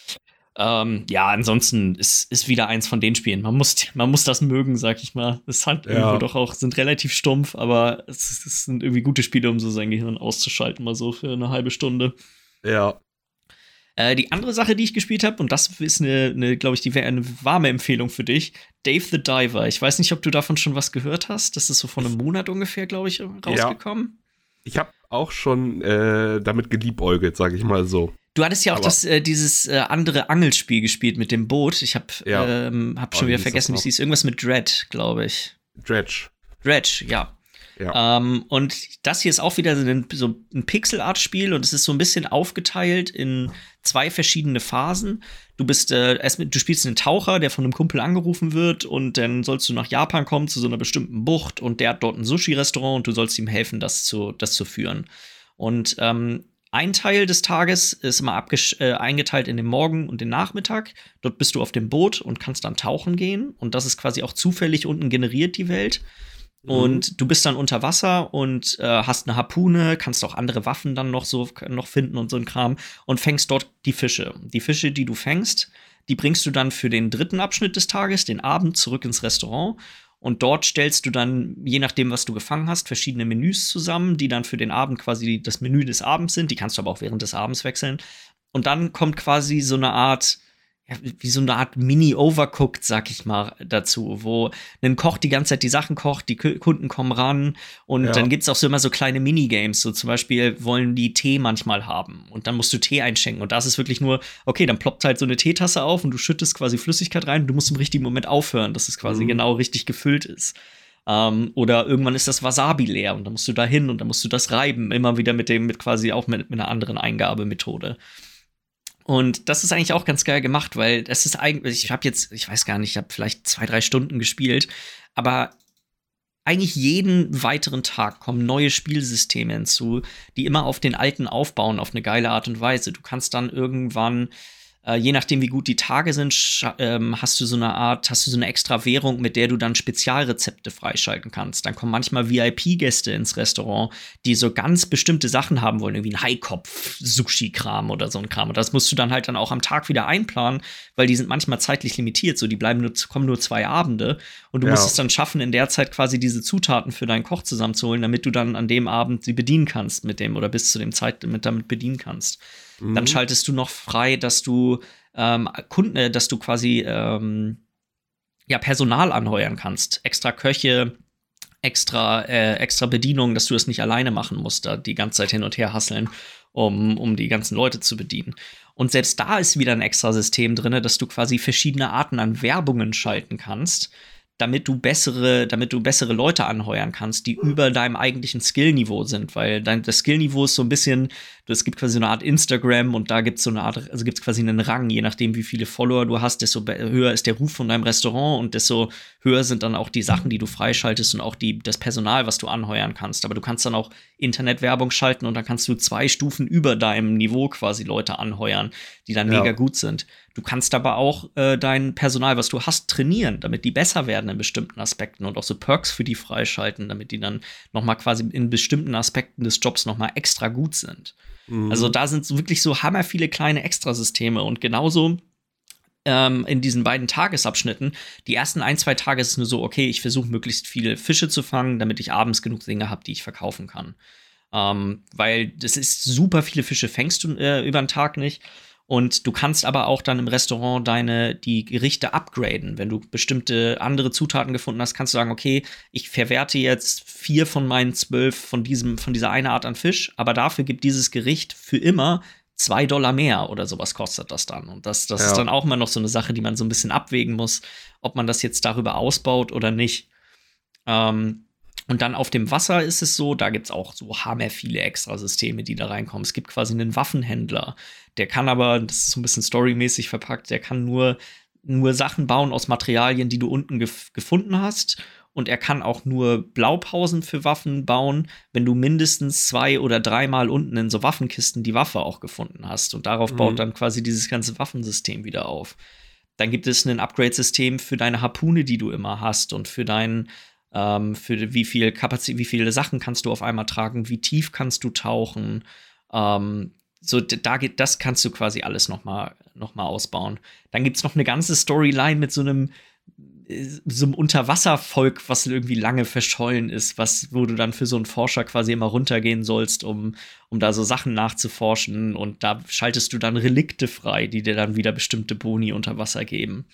Ähm, ja, ansonsten ist, ist wieder eins von den Spielen. Man muss, man muss das mögen, sag ich mal. Es hat ja. irgendwo doch auch, sind relativ stumpf, aber es, es sind irgendwie gute Spiele, um so sein Gehirn auszuschalten, mal so für eine halbe Stunde. Ja. Äh, die andere Sache, die ich gespielt habe, und das ist eine, eine glaube ich, die wäre eine warme Empfehlung für dich, Dave the Diver. Ich weiß nicht, ob du davon schon was gehört hast. Das ist so vor einem Monat ungefähr, glaube ich, rausgekommen. Ja. Ich habe auch schon äh, damit geliebäugelt, sag ich mal so. Du hattest ja auch das, äh, dieses äh, andere Angelspiel gespielt mit dem Boot. Ich habe ja. ähm, hab schon oh, wieder vergessen, wie es hieß. Irgendwas mit Dread, glaube ich. Dredge. Dredge, ja. ja. Ähm, und das hier ist auch wieder so ein, so ein Pixel-Art-Spiel und es ist so ein bisschen aufgeteilt in zwei verschiedene Phasen. Du bist, äh, erst mit, du spielst einen Taucher, der von einem Kumpel angerufen wird und dann sollst du nach Japan kommen zu so einer bestimmten Bucht und der hat dort ein Sushi-Restaurant und du sollst ihm helfen, das zu, das zu führen. Und ähm, ein Teil des Tages ist immer abgesch- äh, eingeteilt in den Morgen und den Nachmittag. Dort bist du auf dem Boot und kannst dann tauchen gehen. Und das ist quasi auch zufällig unten generiert, die Welt. Mhm. Und du bist dann unter Wasser und äh, hast eine Harpune, kannst auch andere Waffen dann noch so noch finden und so ein Kram. Und fängst dort die Fische. Die Fische, die du fängst, die bringst du dann für den dritten Abschnitt des Tages, den Abend, zurück ins Restaurant. Und dort stellst du dann, je nachdem, was du gefangen hast, verschiedene Menüs zusammen, die dann für den Abend quasi das Menü des Abends sind. Die kannst du aber auch während des Abends wechseln. Und dann kommt quasi so eine Art, ja, wie so eine Art Mini-Overcooked, sag ich mal, dazu, wo ein Koch die ganze Zeit die Sachen kocht, die K- Kunden kommen ran und ja. dann gibt's auch so immer so kleine Minigames, so zum Beispiel wollen die Tee manchmal haben und dann musst du Tee einschenken und das ist wirklich nur, okay, dann ploppt halt so eine Teetasse auf und du schüttest quasi Flüssigkeit rein und du musst im richtigen Moment aufhören, dass es quasi mhm. genau richtig gefüllt ist. Ähm, oder irgendwann ist das Wasabi leer und dann musst du da hin und dann musst du das reiben, immer wieder mit dem, mit quasi auch mit, mit einer anderen Eingabemethode. Und das ist eigentlich auch ganz geil gemacht, weil das ist eigentlich, ich habe jetzt, ich weiß gar nicht, ich habe vielleicht zwei, drei Stunden gespielt, aber eigentlich jeden weiteren Tag kommen neue Spielsysteme hinzu, die immer auf den alten aufbauen, auf eine geile Art und Weise. Du kannst dann irgendwann, äh, je nachdem wie gut die Tage sind, sch- ähm, hast du so eine Art, hast du so eine extra Währung, mit der du dann Spezialrezepte freischalten kannst. Dann kommen manchmal V I P-Gäste ins Restaurant, die so ganz bestimmte Sachen haben wollen, irgendwie ein Haikopf, Sushi-Kram oder so ein Kram. Und das musst du dann halt dann auch am Tag wieder einplanen, weil die sind manchmal zeitlich limitiert. So, die bleiben nur, kommen nur zwei Abende und du ja. musst es dann schaffen, in der Zeit quasi diese Zutaten für deinen Koch zusammenzuholen, damit du dann an dem Abend sie bedienen kannst mit dem oder bis zu dem Zeit damit, damit bedienen kannst. Mhm. Dann schaltest du noch frei, dass du ähm, Kunden, äh, dass du quasi ähm, ja, Personal anheuern kannst. Extra Köche, extra, äh, extra Bedienungen, dass du das nicht alleine machen musst, da die ganze Zeit hin und her hasseln, um, um die ganzen Leute zu bedienen. Und selbst da ist wieder ein extra System drin, dass du quasi verschiedene Arten an Werbungen schalten kannst, damit du bessere, damit du bessere Leute anheuern kannst, die über deinem eigentlichen Skillniveau sind, weil dein, das Skillniveau ist so ein bisschen, es gibt quasi so eine Art Instagram und da gibt es so eine Art, also gibt es quasi einen Rang, je nachdem wie viele Follower du hast, desto höher ist der Ruf von deinem Restaurant und desto höher sind dann auch die Sachen, die du freischaltest und auch die, das Personal, was du anheuern kannst. Aber du kannst dann auch Internetwerbung schalten und dann kannst du zwei Stufen über deinem Niveau quasi Leute anheuern, die dann ja. mega gut sind. Du kannst aber auch äh, dein Personal, was du hast, trainieren, damit die besser werden in bestimmten Aspekten und auch so Perks für die freischalten, damit die dann noch mal quasi in bestimmten Aspekten des Jobs noch mal extra gut sind. Mhm. Also da sind wirklich so hammer viele kleine Extrasysteme und genauso ähm, in diesen beiden Tagesabschnitten. Die ersten ein, zwei Tage ist es nur so, okay, ich versuche möglichst viele Fische zu fangen, damit ich abends genug Dinge habe, die ich verkaufen kann. Ähm, weil das ist super viele Fische fängst du äh, über den Tag nicht. Und du kannst aber auch dann im Restaurant deine, die Gerichte upgraden. Wenn du bestimmte andere Zutaten gefunden hast, kannst du sagen, okay, ich verwerte jetzt vier von meinen zwölf von diesem, von dieser eine Art an Fisch, aber dafür gibt dieses Gericht für immer zwei Dollar mehr oder sowas kostet das dann. Und das, das ja. ist dann auch immer noch so eine Sache, die man so ein bisschen abwägen muss, ob man das jetzt darüber ausbaut oder nicht. Ähm, Und dann auf dem Wasser ist es so, da gibt es auch so hammer viele Extrasysteme, die da reinkommen. Es gibt quasi einen Waffenhändler, der kann aber, das ist so ein bisschen storymäßig verpackt, der kann nur, nur Sachen bauen aus Materialien, die du unten gef- gefunden hast. Und er kann auch nur Blaupausen für Waffen bauen, wenn du mindestens zwei oder dreimal unten in so Waffenkisten die Waffe auch gefunden hast. Und darauf mhm. baut dann quasi dieses ganze Waffensystem wieder auf. Dann gibt es ein Upgrade-System für deine Harpune, die du immer hast und für deinen Ähm, für wie viel Kapazität, wie viele Sachen kannst du auf einmal tragen, wie tief kannst du tauchen. Ähm, so, da geht, das kannst du quasi alles noch mal, noch mal ausbauen. Dann gibt's noch eine ganze Storyline mit so einem, so einem Unterwasservolk, was irgendwie lange verschollen ist, was, wo du dann für so einen Forscher quasi immer runtergehen sollst, um, um da so Sachen nachzuforschen. Und da schaltest du dann Relikte frei, die dir dann wieder bestimmte Boni unter Wasser geben.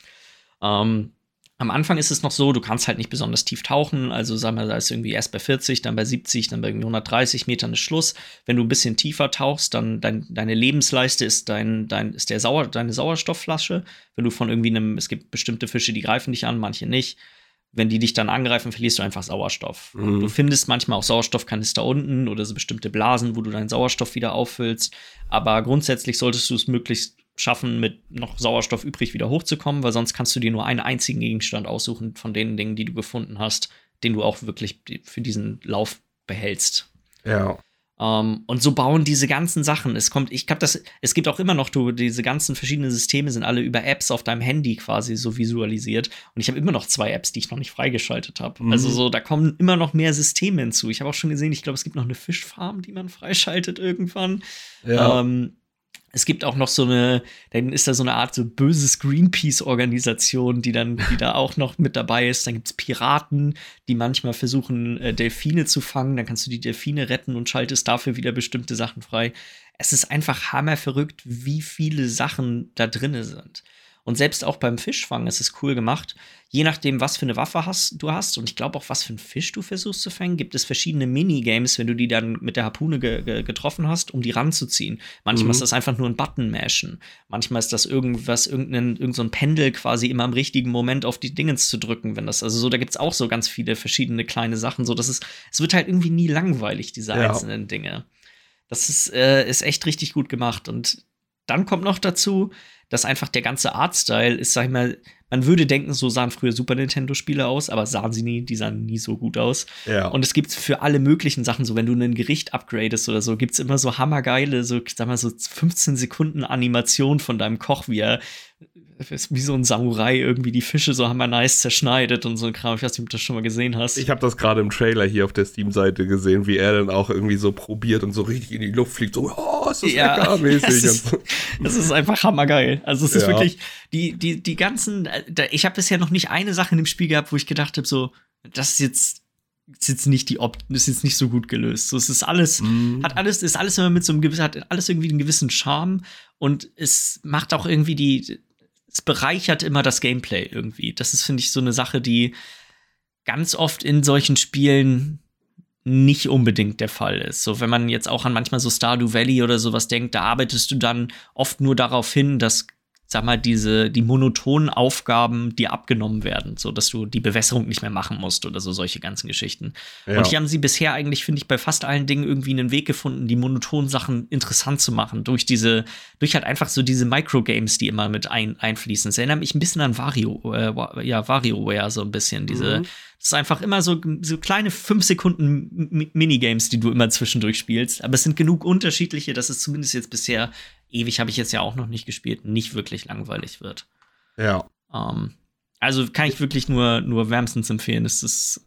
Ähm, Am Anfang ist es noch so, du kannst halt nicht besonders tief tauchen. Also sagen wir, da ist irgendwie erst bei vierzig, dann bei siebzig, dann bei irgendwie hundertdreißig Metern ist Schluss. Wenn du ein bisschen tiefer tauchst, dann dein, deine Lebensleiste ist, dein, dein, ist der Sauer, deine Sauerstoffflasche. Wenn du von irgendwie einem, es gibt bestimmte Fische, die greifen dich an, manche nicht. Wenn die dich dann angreifen, verlierst du einfach Sauerstoff. Mhm. Du findest manchmal auch Sauerstoffkanister unten oder so bestimmte Blasen, wo du deinen Sauerstoff wieder auffüllst. Aber grundsätzlich solltest du es möglichst schaffen, mit noch Sauerstoff übrig wieder hochzukommen, weil sonst kannst du dir nur einen einzigen Gegenstand aussuchen von den Dingen, die du gefunden hast, den du auch wirklich für diesen Lauf behältst. Ja. Um, und so bauen diese ganzen Sachen. Es kommt, ich glaube, das, es gibt auch immer noch, du, diese ganzen verschiedenen Systeme sind alle über Apps auf deinem Handy quasi so visualisiert. Und ich habe immer noch zwei Apps, die ich noch nicht freigeschaltet habe. Mhm. Also so, da kommen immer noch mehr Systeme hinzu. Ich habe auch schon gesehen, ich glaube, es gibt noch eine Fischfarm, die man freischaltet irgendwann. Ja. Um, Es gibt auch noch so eine, dann ist da so eine Art so böses Greenpeace-Organisation, die dann, die da auch noch mit dabei ist. Dann gibt's Piraten, die manchmal versuchen, äh, Delfine zu fangen. Dann kannst du die Delfine retten und schaltest dafür wieder bestimmte Sachen frei. Es ist einfach hammerverrückt, wie viele Sachen da drin sind. Und selbst auch beim Fischfangen ist es cool gemacht. Je nachdem, was für eine Waffe hast, du hast und ich glaube auch, was für einen Fisch du versuchst zu fangen, gibt es verschiedene Minigames, wenn du die dann mit der Harpune ge- ge- getroffen hast, um die ranzuziehen. Manchmal mhm. ist das einfach nur ein Button-Mashen. Manchmal ist das irgendwas, irgendein, irgend so ein Pendel quasi immer im richtigen Moment auf die Dingens zu drücken. Wenn das, also so, da gibt es auch so ganz viele verschiedene kleine Sachen. So, das ist, es wird halt irgendwie nie langweilig, diese ja. einzelnen Dinge. Das ist, äh, ist echt richtig gut gemacht. Und dann kommt noch dazu, dass einfach der ganze Artstyle ist, sag ich mal, man würde denken, so sahen früher Super Nintendo-Spiele aus, aber sahen sie nie, die sahen nie so gut aus. Ja. Und es gibt für alle möglichen Sachen, so wenn du ein Gericht upgradest oder so, gibt's immer so hammergeile, so, sag mal, so fünfzehn Sekunden Animation von deinem Koch, wie er wie so ein Samurai irgendwie die Fische so hammer nice zerschneidet und so ein Kram. Ich weiß nicht, ob du das schon mal gesehen hast. Ich habe das gerade im Trailer hier auf der Steam-Seite gesehen, wie er dann auch irgendwie so probiert und so richtig in die Luft fliegt, so, oh, ist das ja, lecker mäßig. Es ist, so. es ist einfach hammergeil. Also es ist ja. wirklich, die, die, die ganzen, ich habe bisher noch nicht eine Sache in dem Spiel gehabt, wo ich gedacht habe, so, das ist jetzt ist jetzt nicht die Opt, ist jetzt nicht so gut gelöst. So, es ist alles, mm. hat alles, ist alles immer mit so einem gewissen, hat alles irgendwie einen gewissen Charme und es macht auch irgendwie die, es bereichert immer das Gameplay irgendwie. Das ist, finde ich, so eine Sache, die ganz oft in solchen Spielen nicht unbedingt der Fall ist. So, wenn man jetzt auch an manchmal so Stardew Valley oder sowas denkt, da arbeitest du dann oft nur darauf hin, dass, sag mal, diese, die monotonen Aufgaben dir abgenommen werden, so dass du die Bewässerung nicht mehr machen musst oder so solche ganzen Geschichten. Ja. Und hier haben sie bisher eigentlich, finde ich, bei fast allen Dingen irgendwie einen Weg gefunden, die monotonen Sachen interessant zu machen, durch diese, durch halt einfach so diese Microgames, die immer mit ein, einfließen. Das erinnert mich ein bisschen an Wario, äh, ja, WarioWare so ein bisschen, diese, mhm. das ist einfach immer so, so kleine fünf Sekunden M- Minigames, die du immer zwischendurch spielst, aber es sind genug unterschiedliche, dass es zumindest jetzt bisher, ewig habe ich jetzt ja auch noch nicht gespielt, nicht wirklich langweilig wird. Ja. Um, also kann ich wirklich nur, nur wärmstens empfehlen. Es ist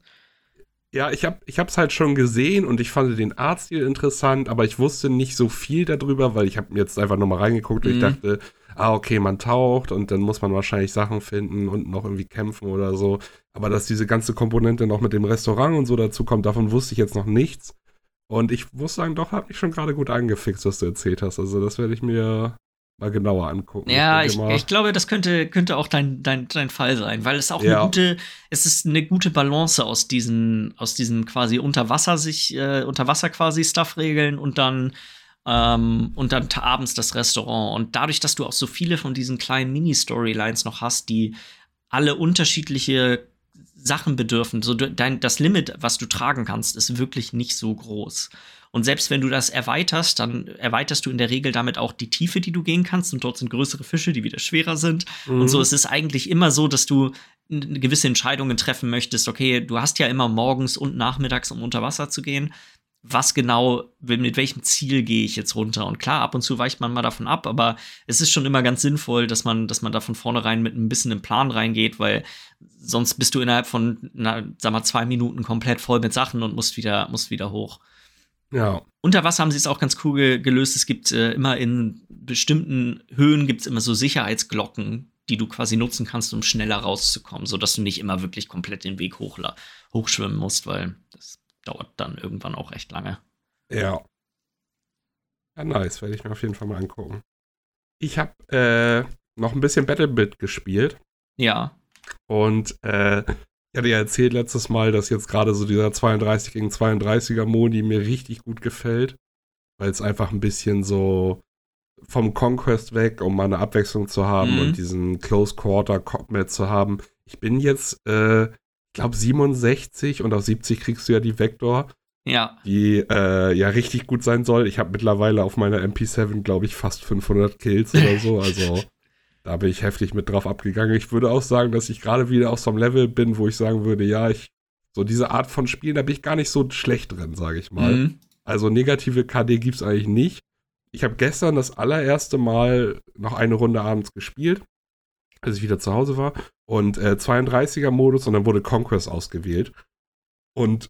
ja, ich habe ich hab's halt schon gesehen und ich fand den Artstil interessant, aber ich wusste nicht so viel darüber, weil ich habe jetzt einfach nochmal reingeguckt und mhm. ich dachte, ah, okay, man taucht und dann muss man wahrscheinlich Sachen finden und noch irgendwie kämpfen oder so. Aber dass diese ganze Komponente noch mit dem Restaurant und so dazu kommt, davon wusste ich jetzt noch nichts. Und ich muss sagen, doch, hat mich schon gerade gut angefixt, was du erzählt hast. Also das werde ich mir mal genauer angucken. Ja, ich, ich, ich glaube, das könnte, könnte auch dein, dein, dein Fall sein, weil es auch ja. eine gute, es ist eine gute Balance aus diesen, aus diesen quasi unter Wasser sich, äh, unter Wasser quasi Stuff-Regeln und dann ähm, und dann abends das Restaurant. Und dadurch, dass du auch so viele von diesen kleinen Mini-Storylines noch hast, die alle unterschiedliche Sachen bedürfen. So dein, das Limit, was du tragen kannst, ist wirklich nicht so groß. Und selbst wenn du das erweiterst, dann erweiterst du in der Regel damit auch die Tiefe, die du gehen kannst. Und dort sind größere Fische, die wieder schwerer sind. Mhm. Und so ist es eigentlich immer so, dass du gewisse Entscheidungen treffen möchtest. Okay, du hast ja immer morgens und nachmittags, um unter Wasser zu gehen. Was genau, mit welchem Ziel gehe ich jetzt runter? Und klar, ab und zu weicht man mal davon ab, aber es ist schon immer ganz sinnvoll, dass man, dass man da von vornherein mit ein bisschen im Plan reingeht, weil sonst bist du innerhalb von, na, sag mal, zwei Minuten komplett voll mit Sachen und musst wieder, musst wieder hoch. Ja. Unter Wasser haben sie es auch ganz cool ge- gelöst. Es gibt äh, immer in bestimmten Höhen gibt's immer so Sicherheitsglocken, die du quasi nutzen kannst, um schneller rauszukommen, sodass du nicht immer wirklich komplett den Weg hochla- hochschwimmen musst, weil das dauert dann irgendwann auch recht lange. Ja. Ja, nice. Werde ich mir auf jeden Fall mal angucken. Ich habe äh, noch ein bisschen BattleBit gespielt. Ja. Und äh, ich hatte ja erzählt letztes Mal, dass jetzt gerade so dieser zweiunddreißig gegen zweiunddreißiger Modi mir richtig gut gefällt. Weil es einfach ein bisschen so vom Conquest weg, um mal eine Abwechslung zu haben mhm. und diesen Close Quarter Combat zu haben. Ich bin jetzt äh, ich glaube siebenundsechzig und auf siebzig kriegst du ja die Vector, ja. die äh, ja richtig gut sein soll. Ich habe mittlerweile auf meiner M P sieben, glaube ich, fast fünfhundert Kills oder so. Also da bin ich heftig mit drauf abgegangen. Ich würde auch sagen, dass ich gerade wieder auf so einem Level bin, wo ich sagen würde, ja, ich so diese Art von Spielen, da bin ich gar nicht so schlecht drin, sage ich mal. Mhm. Also negative K D gibt es eigentlich nicht. Ich habe gestern das allererste Mal noch eine Runde abends gespielt, als ich wieder zu Hause war. Und äh, zweiunddreißiger-Modus und dann wurde Conquest ausgewählt. Und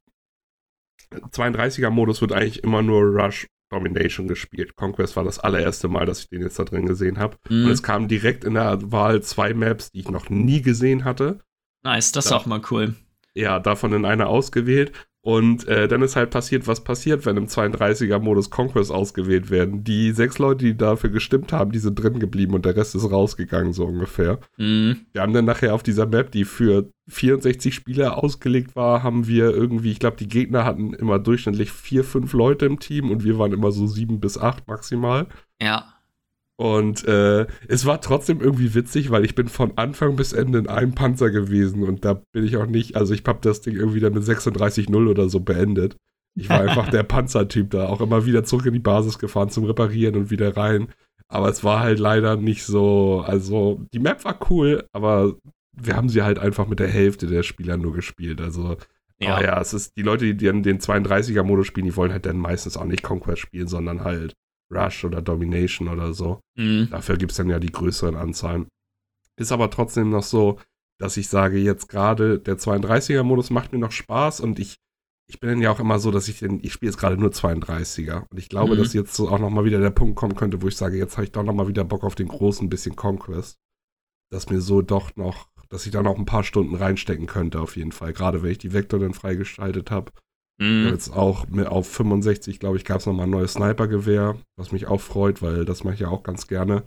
zweiunddreißiger-Modus wird eigentlich immer nur Rush Domination gespielt. Conquest war das allererste Mal, dass ich den jetzt da drin gesehen habe. Mhm. Und es kamen direkt in der Wahl zwei Maps, die ich noch nie gesehen hatte. Nice, das da, ist auch mal cool. Ja, davon in einer ausgewählt. Und äh, dann ist halt passiert, was passiert, wenn im zweiunddreißiger-Modus Conquest ausgewählt werden. Die sechs Leute, die dafür gestimmt haben, die sind drin geblieben und der Rest ist rausgegangen, so ungefähr. Mhm. Wir haben dann nachher auf dieser Map, die für vierundsechzig Spieler ausgelegt war, haben wir irgendwie, ich glaube, die Gegner hatten immer durchschnittlich vier, fünf Leute im Team und wir waren immer so sieben bis acht maximal. Ja. Und äh, es war trotzdem irgendwie witzig, weil ich bin von Anfang bis Ende in einem Panzer gewesen und da bin ich auch nicht, also ich habe das Ding irgendwie dann mit sechsunddreißig null oder so beendet. Ich war einfach der Panzertyp da, auch immer wieder zurück in die Basis gefahren zum Reparieren und wieder rein. Aber es war halt leider nicht so, also die Map war cool, aber wir haben sie halt einfach mit der Hälfte der Spieler nur gespielt. Also ja, aber ja, es ist die Leute, die dann den zweiunddreißiger-Modus spielen, die wollen halt dann meistens auch nicht Conquest spielen, sondern halt Rush oder Domination oder so. Mhm. Dafür gibt es dann ja die größeren Anzahlen. Ist aber trotzdem noch so, dass ich sage, jetzt gerade der zweiunddreißiger-Modus macht mir noch Spaß und ich, ich bin dann ja auch immer so, dass ich den, ich spiele jetzt gerade nur zweiunddreißiger und ich glaube, mhm. dass jetzt so auch nochmal wieder der Punkt kommen könnte, wo ich sage, jetzt habe ich doch nochmal wieder Bock auf den großen bisschen Conquest. Dass mir so doch noch, dass ich da noch ein paar Stunden reinstecken könnte auf jeden Fall. Gerade wenn ich die Vector dann freigeschaltet habe. Mhm. Jetzt auch mit auf fünfundsechzig, glaube ich, gab es nochmal ein neues Sniper-Gewehr, was mich auch freut, weil das mache ich ja auch ganz gerne.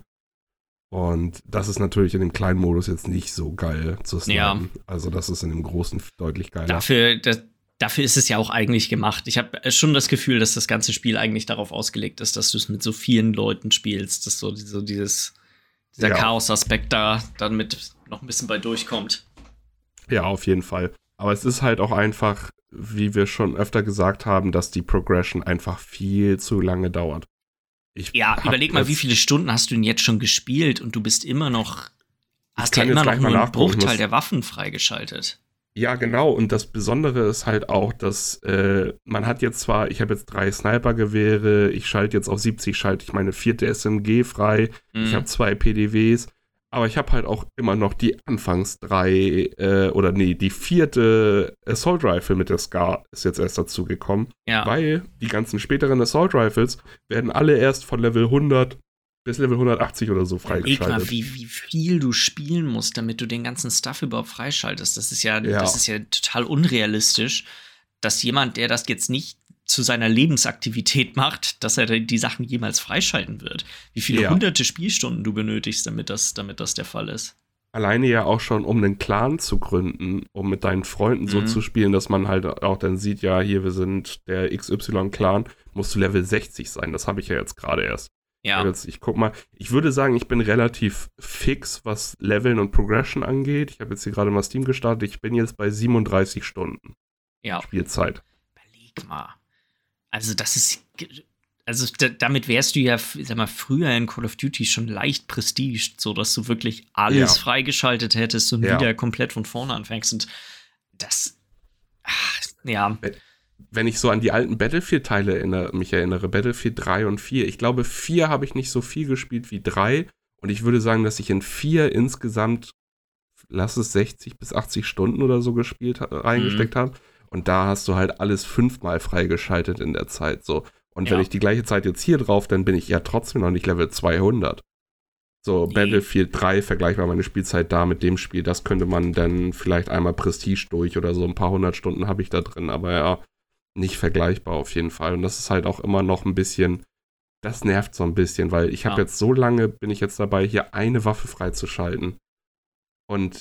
Und das ist natürlich in dem kleinen Modus jetzt nicht so geil zu snipen. Ja. Also das ist in dem großen deutlich geiler. Dafür, das, dafür ist es ja auch eigentlich gemacht. Ich habe schon das Gefühl, dass das ganze Spiel eigentlich darauf ausgelegt ist, dass du es mit so vielen Leuten spielst, dass so, so dieses, dieser ja. Chaos-Aspekt da dann mit noch ein bisschen bei durchkommt. Ja, auf jeden Fall. Aber es ist halt auch einfach, wie wir schon öfter gesagt haben, dass die Progression einfach viel zu lange dauert. Ich ja, überleg mal, wie viele Stunden hast du denn jetzt schon gespielt und du bist immer noch, hast ja immer noch nur einen Bruchteil der Waffen freigeschaltet. Ja, genau. Und das Besondere ist halt auch, dass äh, man hat jetzt zwar, ich habe jetzt drei Sniper-Gewehre, ich schalte jetzt auf siebzig, schalte ich meine vierte S M G frei, mhm. ich habe zwei P D Ws, aber ich habe halt auch immer noch die Anfangs drei, äh, oder nee, die vierte Assault Rifle mit der Scar ist jetzt erst dazu gekommen, ja. weil die ganzen späteren Assault Rifles werden alle erst von Level hundert bis Level hundertachtzig oder so freigeschaltet. Mal, wie, wie viel du spielen musst, damit du den ganzen Stuff überhaupt freischaltest. Das ist ja, ja. das ist ja total unrealistisch, dass jemand, der das jetzt nicht zu seiner Lebensaktivität macht, dass er die Sachen jemals freischalten wird. Wie viele ja. hunderte Spielstunden du benötigst, damit das, damit das der Fall ist. Alleine ja auch schon, um einen Clan zu gründen, um mit deinen Freunden mhm. so zu spielen, dass man halt auch dann sieht, ja, hier, wir sind der X Y-Clan, musst du Level sechzig sein. Das habe ich ja jetzt gerade erst. Ja. Jetzt, ich guck mal, ich würde sagen, ich bin relativ fix, was Leveln und Progression angeht. Ich habe jetzt hier gerade mal Steam gestartet. Ich bin jetzt bei siebenunddreißig Stunden ja. Spielzeit. Überleg mal. Also das ist, also d- damit wärst du ja, sag mal, früher in Call of Duty schon leicht prestiged, so dass du wirklich alles ja. freigeschaltet hättest und ja. wieder komplett von vorne anfängst. Und das, ach, ja. Wenn, wenn ich so an die alten Battlefield-Teile erinnere, mich erinnere, Battlefield drei und vier, ich glaube, vier habe ich nicht so viel gespielt wie drei. Und ich würde sagen, dass ich in vier insgesamt, lass es sechzig bis achtzig Stunden oder so gespielt, reingesteckt mhm. habe. Und da hast du halt alles fünfmal freigeschaltet in der Zeit, so. Und ja. wenn ich die gleiche Zeit jetzt hier drauf, dann bin ich ja trotzdem noch nicht Level zweihundert. So, nee. Battlefield drei, vergleichbar meine Spielzeit da mit dem Spiel, das könnte man dann vielleicht einmal Prestige durch oder so, ein paar hundert Stunden habe ich da drin, aber ja, nicht vergleichbar auf jeden Fall. Und das ist halt auch immer noch ein bisschen, das nervt so ein bisschen, weil ich habe ja. jetzt so lange, bin ich jetzt dabei, hier eine Waffe freizuschalten. Und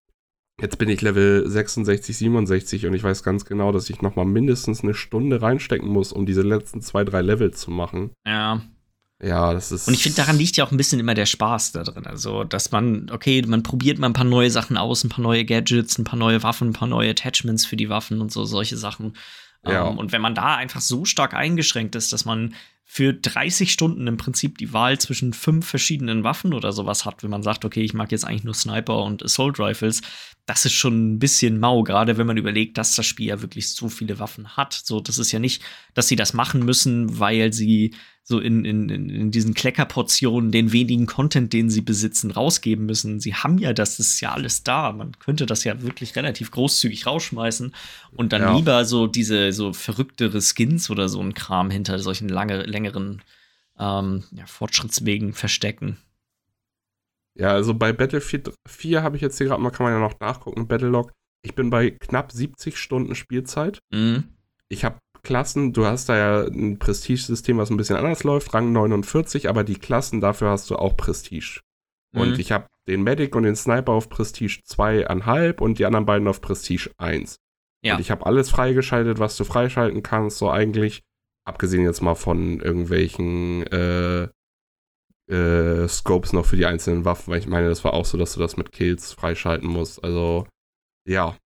jetzt bin ich Level sechsundsechzig, siebenundsechzig und ich weiß ganz genau, dass ich noch mal mindestens eine Stunde reinstecken muss, um diese letzten zwei, drei Level zu machen. Ja. Ja, das ist. Und ich finde, daran liegt ja auch ein bisschen immer der Spaß da drin. Also, dass man, okay, man probiert mal ein paar neue Sachen aus, ein paar neue Gadgets, ein paar neue Waffen, ein paar neue Attachments für die Waffen und so, solche Sachen. Ja. Um, und wenn man da einfach so stark eingeschränkt ist, dass man für dreißig Stunden im Prinzip die Wahl zwischen fünf verschiedenen Waffen oder sowas hat, wenn man sagt, okay, ich mag jetzt eigentlich nur Sniper und Assault Rifles, das ist schon ein bisschen mau, gerade wenn man überlegt, dass das Spiel ja wirklich so viele Waffen hat. So, das ist ja nicht, dass sie das machen müssen, weil sie so in, in, in diesen Kleckerportionen den wenigen Content, den sie besitzen, rausgeben müssen. Sie haben ja das, das ist ja alles da. Man könnte das ja wirklich relativ großzügig rausschmeißen und dann ja. lieber so diese so verrücktere Skins oder so ein Kram hinter solchen lange, längeren ähm, ja, Fortschrittswegen verstecken. Ja, also bei Battlefield vier habe ich jetzt hier gerade mal, kann man ja noch nachgucken, Battlelog. Ich bin bei knapp siebzig Stunden Spielzeit. Mhm. Ich habe Klassen, du hast da ja ein Prestige-System, was ein bisschen anders läuft, Rang neunundvierzig, aber die Klassen, dafür hast du auch Prestige. Mhm. Und ich habe den Medic und den Sniper auf Prestige zwei Komma fünf und die anderen beiden auf Prestige eins. Ja. Und ich habe alles freigeschaltet, was du freischalten kannst, so eigentlich, abgesehen jetzt mal von irgendwelchen äh, äh, Scopes noch für die einzelnen Waffen, weil ich meine, das war auch so, dass du das mit Kills freischalten musst. Also, ja.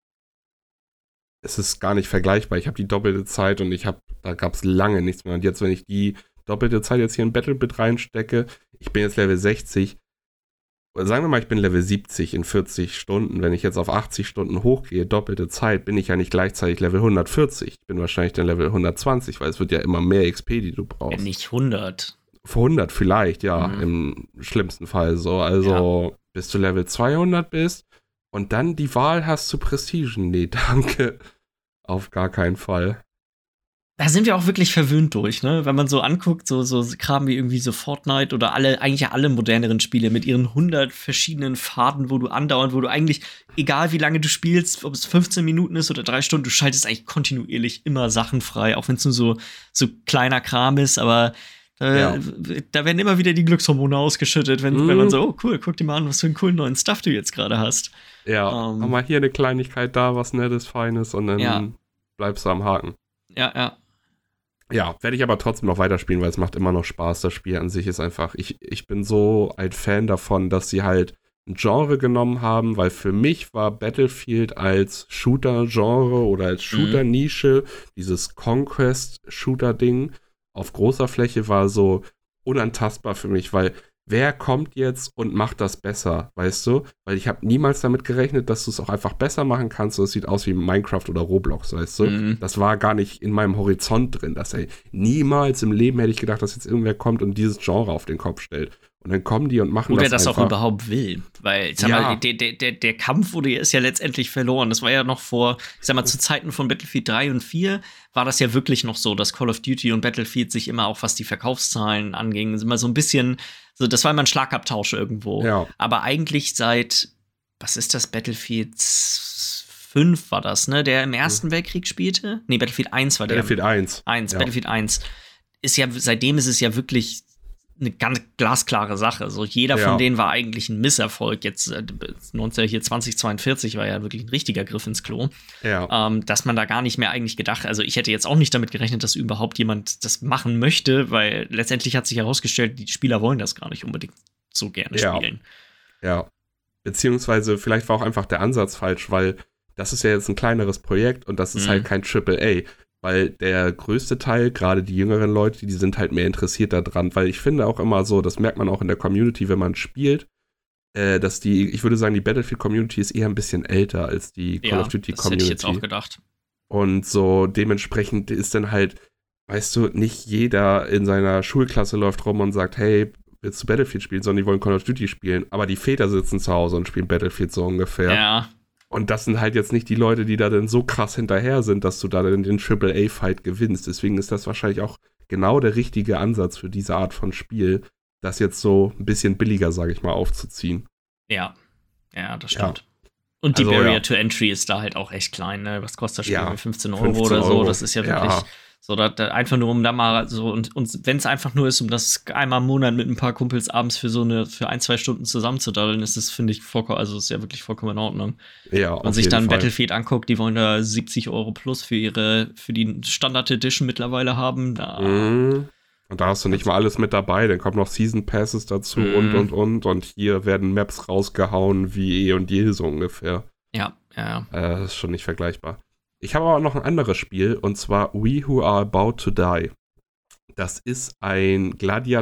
Es ist gar nicht vergleichbar. Ich habe die doppelte Zeit und ich habe, da gab es lange nichts mehr. Und jetzt, wenn ich die doppelte Zeit jetzt hier in Battlebit reinstecke, ich bin jetzt Level sechzig, oder sagen wir mal, ich bin Level siebzig in vierzig Stunden. Wenn ich jetzt auf achtzig Stunden hochgehe, doppelte Zeit, bin ich ja nicht gleichzeitig Level hundertvierzig. Ich bin wahrscheinlich dann Level hundertzwanzig, weil es wird ja immer mehr X P, die du brauchst. Ja, nicht hundert. hundert vielleicht, ja, mhm. im schlimmsten Fall so. Also, ja. bis du Level zweihundert bist und dann die Wahl hast zu Prestigen. Nee, danke. Auf gar keinen Fall. Da sind wir auch wirklich verwöhnt durch, ne? Wenn man so anguckt, so, so Kram wie irgendwie so Fortnite oder alle, eigentlich ja alle moderneren Spiele mit ihren hundert verschiedenen Pfaden, wo du andauernd, wo du eigentlich, egal wie lange du spielst, ob es fünfzehn Minuten ist oder drei Stunden, du schaltest eigentlich kontinuierlich immer Sachen frei, auch wenn es nur so, so kleiner Kram ist, aber Äh, ja. Da werden immer wieder die Glückshormone ausgeschüttet, wenn, mm. wenn man so, oh cool, guck dir mal an, was für einen coolen neuen Stuff du jetzt gerade hast. Ja, ähm, mal hier eine Kleinigkeit, da was Nettes, Feines und dann ja. bleibst du am Haken. Ja, ja. Ja, werde ich aber trotzdem noch weiterspielen, weil es macht immer noch Spaß. Das Spiel an sich ist einfach, ich, ich bin so ein Fan davon, dass sie halt ein Genre genommen haben, weil für mich war Battlefield als Shooter-Genre oder als Shooter-Nische, mhm. dieses Conquest-Shooter-Ding, auf großer Fläche war so unantastbar für mich, weil wer kommt jetzt und macht das besser, weißt du? Weil ich habe niemals damit gerechnet, dass du es auch einfach besser machen kannst und es sieht aus wie Minecraft oder Roblox, weißt du? Mhm. Das war gar nicht in meinem Horizont drin. Dass, ey, niemals im Leben hätte ich gedacht, dass jetzt irgendwer kommt und dieses Genre auf den Kopf stellt. Und dann kommen die und machen Oder das das einfach. auch überhaupt will. Weil, sag ja. mal, der, der, der, der Kampf wurde ist ja letztendlich verloren. Das war ja noch vor, ich sag mal, zu Zeiten von Battlefield drei und vier war das ja wirklich noch so, dass Call of Duty und Battlefield sich immer auch, was die Verkaufszahlen anging, immer so ein bisschen, so, das war immer ein Schlagabtausch irgendwo. Ja. Aber eigentlich seit, was ist das, Battlefield fünf war das, ne, der im Ersten mhm. Weltkrieg spielte? Nee, Battlefield eins war der. Battlefield eins. eins, ja. Battlefield eins. Ist ja, seitdem ist es ja wirklich eine ganz glasklare Sache. So, jeder ja. von denen war eigentlich ein Misserfolg. Jetzt äh, neunzehn, hier zwanzig zweiundvierzig war ja wirklich ein richtiger Griff ins Klo. Ja. Ähm, dass man da gar nicht mehr eigentlich gedacht, also ich hätte jetzt auch nicht damit gerechnet, dass überhaupt jemand das machen möchte, weil letztendlich hat sich herausgestellt, die Spieler wollen das gar nicht unbedingt so gerne ja. spielen. Ja. Beziehungsweise vielleicht war auch einfach der Ansatz falsch, weil das ist ja jetzt ein kleineres Projekt und das ist mhm. halt kein Triple A. Weil der größte Teil, gerade die jüngeren Leute, die sind halt mehr interessiert daran, weil ich finde auch immer so, das merkt man auch in der Community, wenn man spielt, äh, dass die, ich würde sagen, die Battlefield-Community ist eher ein bisschen älter als die Call ja, of Duty-Community. Das hätte ich jetzt auch gedacht. Und so dementsprechend ist dann halt, weißt du, nicht jeder in seiner Schulklasse läuft rum und sagt, hey, willst du Battlefield spielen, sondern die wollen Call of Duty spielen, aber die Väter sitzen zu Hause und spielen Battlefield so ungefähr. Ja. Und das sind halt jetzt nicht die Leute, die da dann so krass hinterher sind, dass du da dann den Triple A Fight gewinnst. Deswegen ist das wahrscheinlich auch genau der richtige Ansatz für diese Art von Spiel, das jetzt so ein bisschen billiger, sage ich mal, aufzuziehen. Ja, ja, das stimmt. Ja. Und die also, Barrier ja. to Entry ist da halt auch echt klein, ne? Was kostet das Spiel? Ja, fünfzehn Euro fünfzehn oder so. Euro. Das ist ja wirklich ja. so, da, da einfach nur um da mal so, und, und wenn es einfach nur ist, um das einmal im Monat mit ein paar Kumpels abends für so eine, für ein, zwei Stunden zusammenzudaddeln, ist das, finde ich, vollkommen, also ist ja wirklich vollkommen in Ordnung. Ja, Wenn man sich dann Battlefield anguckt, die wollen da siebzig Euro plus für ihre, für die Standard Edition mittlerweile haben. Da mhm. Und da hast du nicht mal alles mit dabei, dann kommen noch Season Passes dazu mhm. und, und, und. Und hier werden Maps rausgehauen wie eh und je so ungefähr. Ja, ja, ja. Äh, das ist schon nicht vergleichbar. Ich habe aber noch ein anderes Spiel, und zwar We Who Are About to Die. Das ist ein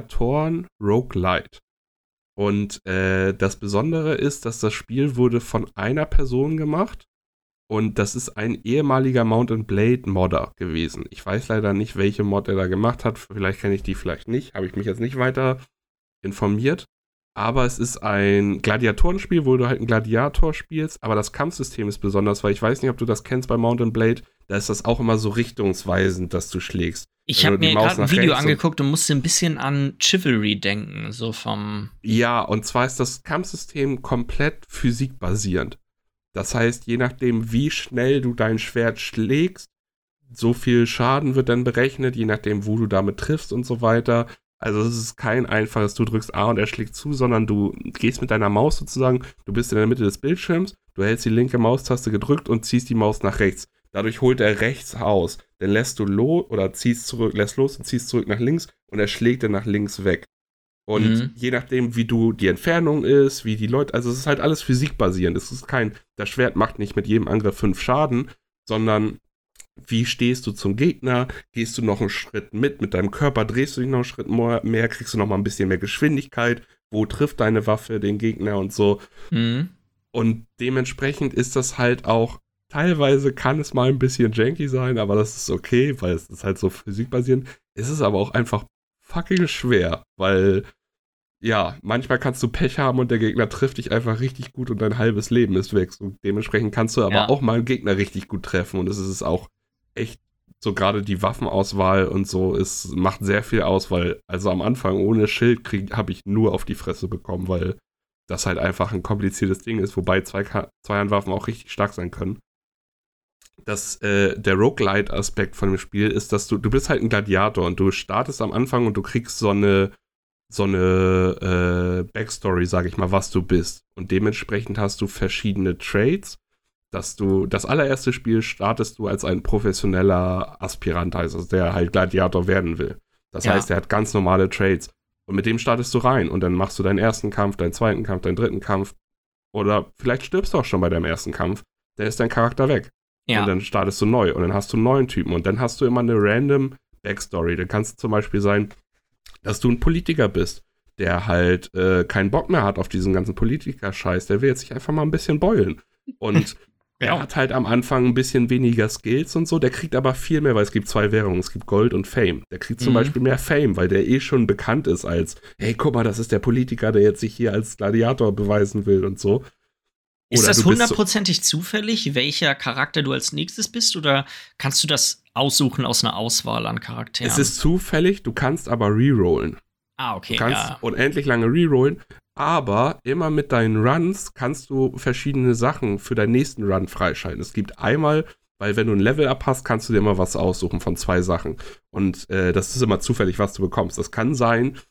Gladiatoren-Roguelite. Und äh, das Besondere ist, dass das Spiel wurde von einer Person gemacht. Und das ist ein ehemaliger Mount and Blade Modder gewesen. Ich weiß leider nicht, welche Mod er da gemacht hat. Vielleicht kenne ich die, vielleicht nicht. Habe ich mich jetzt nicht weiter informiert. Aber es ist ein Gladiatorenspiel, wo du halt einen Gladiator spielst. Aber das Kampfsystem ist besonders, weil ich weiß nicht, ob du das kennst bei Mount and Blade. Da ist das auch immer so richtungsweisend, dass du schlägst. Ich habe mir gerade ein Video angeguckt und musste ein bisschen an Chivalry denken. So vom. Ja, und zwar ist das Kampfsystem komplett physikbasierend. Das heißt, je nachdem, wie schnell du dein Schwert schlägst, so viel Schaden wird dann berechnet, je nachdem, wo du damit triffst und so weiter. Also es ist kein einfaches, du drückst A und er schlägt zu, sondern du gehst mit deiner Maus sozusagen, du bist in der Mitte des Bildschirms, du hältst die linke Maustaste gedrückt und ziehst die Maus nach rechts. Dadurch holt er rechts aus. Dann lässt du los oder ziehst zurück, lässt los und ziehst zurück nach links und er schlägt dann nach links weg. Und mhm. je nachdem, wie du die Entfernung ist, wie die Leute, also es ist halt alles physikbasierend. Es ist kein, das Schwert macht nicht mit jedem Angriff fünf Schaden, sondern wie stehst du zum Gegner? Gehst du noch einen Schritt mit mit deinem Körper? Drehst du dich noch einen Schritt mehr? Kriegst du noch mal ein bisschen mehr Geschwindigkeit? Wo trifft deine Waffe den Gegner und so? Mhm. Und dementsprechend ist das halt auch, teilweise kann es mal ein bisschen janky sein, aber das ist okay, weil es ist halt so physikbasierend. Es ist aber auch einfach fucking schwer, weil ja, manchmal kannst du Pech haben und der Gegner trifft dich einfach richtig gut und dein halbes Leben ist weg. Und dementsprechend kannst du aber ja. auch mal einen Gegner richtig gut treffen und es ist auch echt, so gerade die Waffenauswahl und so, es macht sehr viel aus, weil also am Anfang ohne Schild habe ich nur auf die Fresse bekommen, weil das halt einfach ein kompliziertes Ding ist, wobei zwei Zweihandwaffen auch richtig stark sein können. Das, äh, der Roguelite-Aspekt von dem Spiel ist, dass du, du bist halt ein Gladiator und du startest am Anfang und du kriegst so eine so eine äh, Backstory, sag ich mal, was du bist. Und dementsprechend hast du verschiedene Traits, dass du, das allererste Spiel startest du als ein professioneller Aspirant, also der halt Gladiator werden will. Das ja. heißt, er hat ganz normale Traits. Und mit dem startest du rein und dann machst du deinen ersten Kampf, deinen zweiten Kampf, deinen dritten Kampf. Oder vielleicht stirbst du auch schon bei deinem ersten Kampf. Dann ist dein Charakter weg. Ja. Und dann startest du neu und dann hast du einen neuen Typen. Und dann hast du immer eine random Backstory. Dann kann es zum Beispiel sein, dass du ein Politiker bist, der halt äh, keinen Bock mehr hat auf diesen ganzen Politiker-Scheiß. Der will jetzt sich einfach mal ein bisschen beulen. Und er ja. hat halt am Anfang ein bisschen weniger Skills und so. Der kriegt aber viel mehr, weil es gibt zwei Währungen. Es gibt Gold und Fame. Der kriegt zum mhm. Beispiel mehr Fame, weil der eh schon bekannt ist als, hey, guck mal, das ist der Politiker, der jetzt sich hier als Gladiator beweisen will und so. Ist das hundertprozentig zufällig, welcher Charakter du als nächstes bist? Oder kannst du das aussuchen aus einer Auswahl an Charakteren? Es ist zufällig, du kannst aber rerollen. Ah, okay, Du kannst ja. unendlich lange rerollen, aber immer mit deinen Runs kannst du verschiedene Sachen für deinen nächsten Run freischalten. Es gibt einmal, weil wenn du ein Level-Up hast, kannst du dir immer was aussuchen von zwei Sachen. Und äh, das ist immer zufällig, was du bekommst. Das kann sein,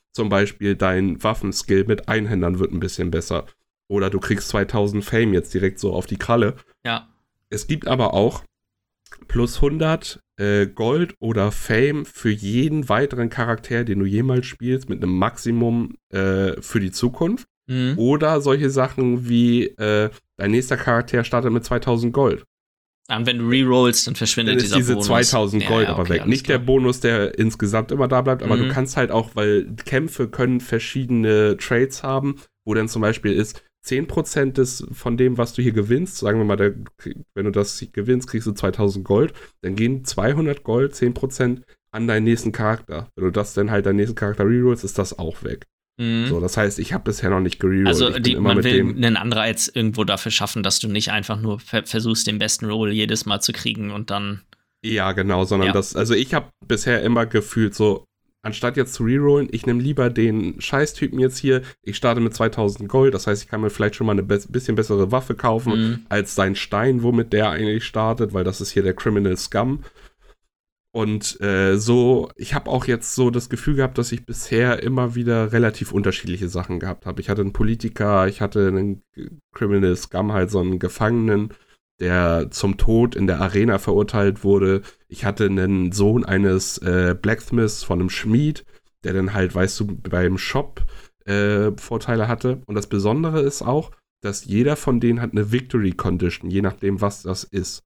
zum Beispiel dein Waffenskill mit Einhändern wird ein bisschen besser. Oder du kriegst zweitausend Fame jetzt direkt so auf die Kralle. Ja. Es gibt aber auch plus hundert äh, Gold oder Fame für jeden weiteren Charakter, den du jemals spielst, mit einem Maximum äh, für die Zukunft. Mhm. Oder solche Sachen wie äh, dein nächster Charakter startet mit zweitausend Gold. Und wenn du rerollst, dann verschwindet dann ist dieser diese Bonus. zweitausend Gold ja, ja, aber okay, weg. Nicht klar. der Bonus, der insgesamt immer da bleibt, aber mhm. du kannst halt auch, weil Kämpfe können verschiedene Trades haben, wo dann zum Beispiel ist, zehn Prozent des, von dem, was du hier gewinnst, sagen wir mal, der, wenn du das gewinnst, kriegst du zweitausend Gold, dann gehen zweihundert Gold, zehn Prozent an deinen nächsten Charakter. Wenn du das dann halt deinen nächsten Charakter rerollst, ist das auch weg. Mhm. So, das heißt, ich habe bisher noch nicht gererollt. Also die, immer man mit will dem einen Anreiz irgendwo dafür schaffen, dass du nicht einfach nur ver- versuchst, den besten Roll jedes Mal zu kriegen und dann ja, genau, sondern ja. das, also ich habe bisher immer gefühlt so, anstatt jetzt zu rerollen, ich nehme lieber den Scheißtypen jetzt hier, ich starte mit zweitausend Gold, das heißt, ich kann mir vielleicht schon mal eine be- bisschen bessere Waffe kaufen, mhm. als sein Stein, womit der eigentlich startet, weil das ist hier der Criminal Scum. Und äh, so, ich habe auch jetzt so das Gefühl gehabt, dass ich bisher immer wieder relativ unterschiedliche Sachen gehabt habe. Ich hatte einen Politiker, ich hatte einen Criminal Scum, halt so einen Gefangenen, der zum Tod in der Arena verurteilt wurde. Ich hatte einen Sohn eines äh, Blacksmiths von einem Schmied, der dann halt, weißt du, beim Shop äh, Vorteile hatte. Und das Besondere ist auch, dass jeder von denen hat eine Victory Condition, je nachdem, was das ist.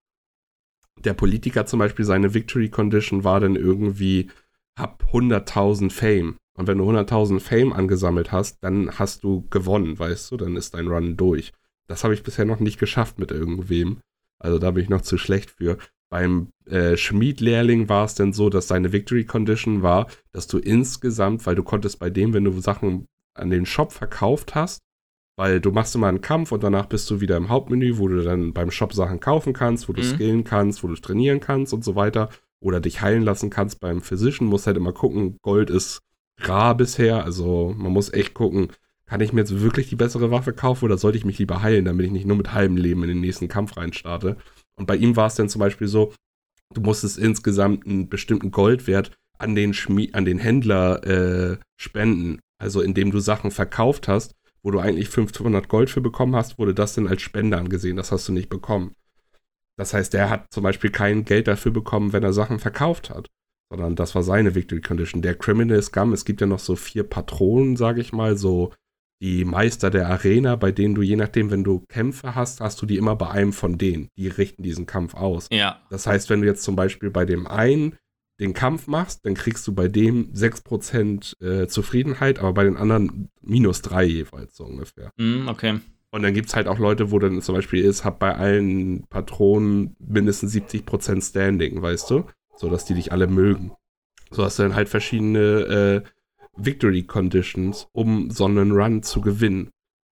Der Politiker zum Beispiel, seine Victory Condition war dann irgendwie, hab hunderttausend Fame. Und wenn du hunderttausend Fame angesammelt hast, dann hast du gewonnen, weißt du, dann ist dein Run durch. Das habe ich bisher noch nicht geschafft mit irgendwem. Also da bin ich noch zu schlecht für. Beim äh, Schmiedlehrling war es dann so, dass seine Victory Condition war, dass du insgesamt, weil du konntest bei dem, wenn du Sachen an den Shop verkauft hast, weil du machst immer einen Kampf und danach bist du wieder im Hauptmenü, wo du dann beim Shop Sachen kaufen kannst, wo du mhm. skillen kannst, wo du trainieren kannst und so weiter. Oder dich heilen lassen kannst beim Physician. Musst halt immer gucken, Gold ist rar bisher. Also man muss echt gucken, kann ich mir jetzt wirklich die bessere Waffe kaufen oder sollte ich mich lieber heilen, damit ich nicht nur mit halbem Leben in den nächsten Kampf reinstarte. Und bei ihm war es dann zum Beispiel so, du musstest insgesamt einen bestimmten Goldwert an den, Schmied, an den Händler äh, spenden. Also indem du Sachen verkauft hast, wo du eigentlich fünfhundert Gold für bekommen hast, wurde das dann als Spende angesehen. Das hast du nicht bekommen. Das heißt, der hat zum Beispiel kein Geld dafür bekommen, wenn er Sachen verkauft hat. Sondern das war seine Victory Condition. Der Criminal Scum, es gibt ja noch so vier Patronen, sage ich mal, so die Meister der Arena, bei denen du, je nachdem, wenn du Kämpfe hast, hast du die immer bei einem von denen. Die richten diesen Kampf aus. Ja. Das heißt, wenn du jetzt zum Beispiel bei dem einen den Kampf machst, dann kriegst du bei dem sechs Prozent äh, Zufriedenheit, aber bei den anderen minus drei jeweils so ungefähr. Mm, okay. Und dann gibt es halt auch Leute, wo dann zum Beispiel ist, hab bei allen Patronen mindestens siebzig Prozent Standing, weißt du? So, dass die dich alle mögen. So hast du dann halt verschiedene äh, Victory Conditions, um so einen Run zu gewinnen.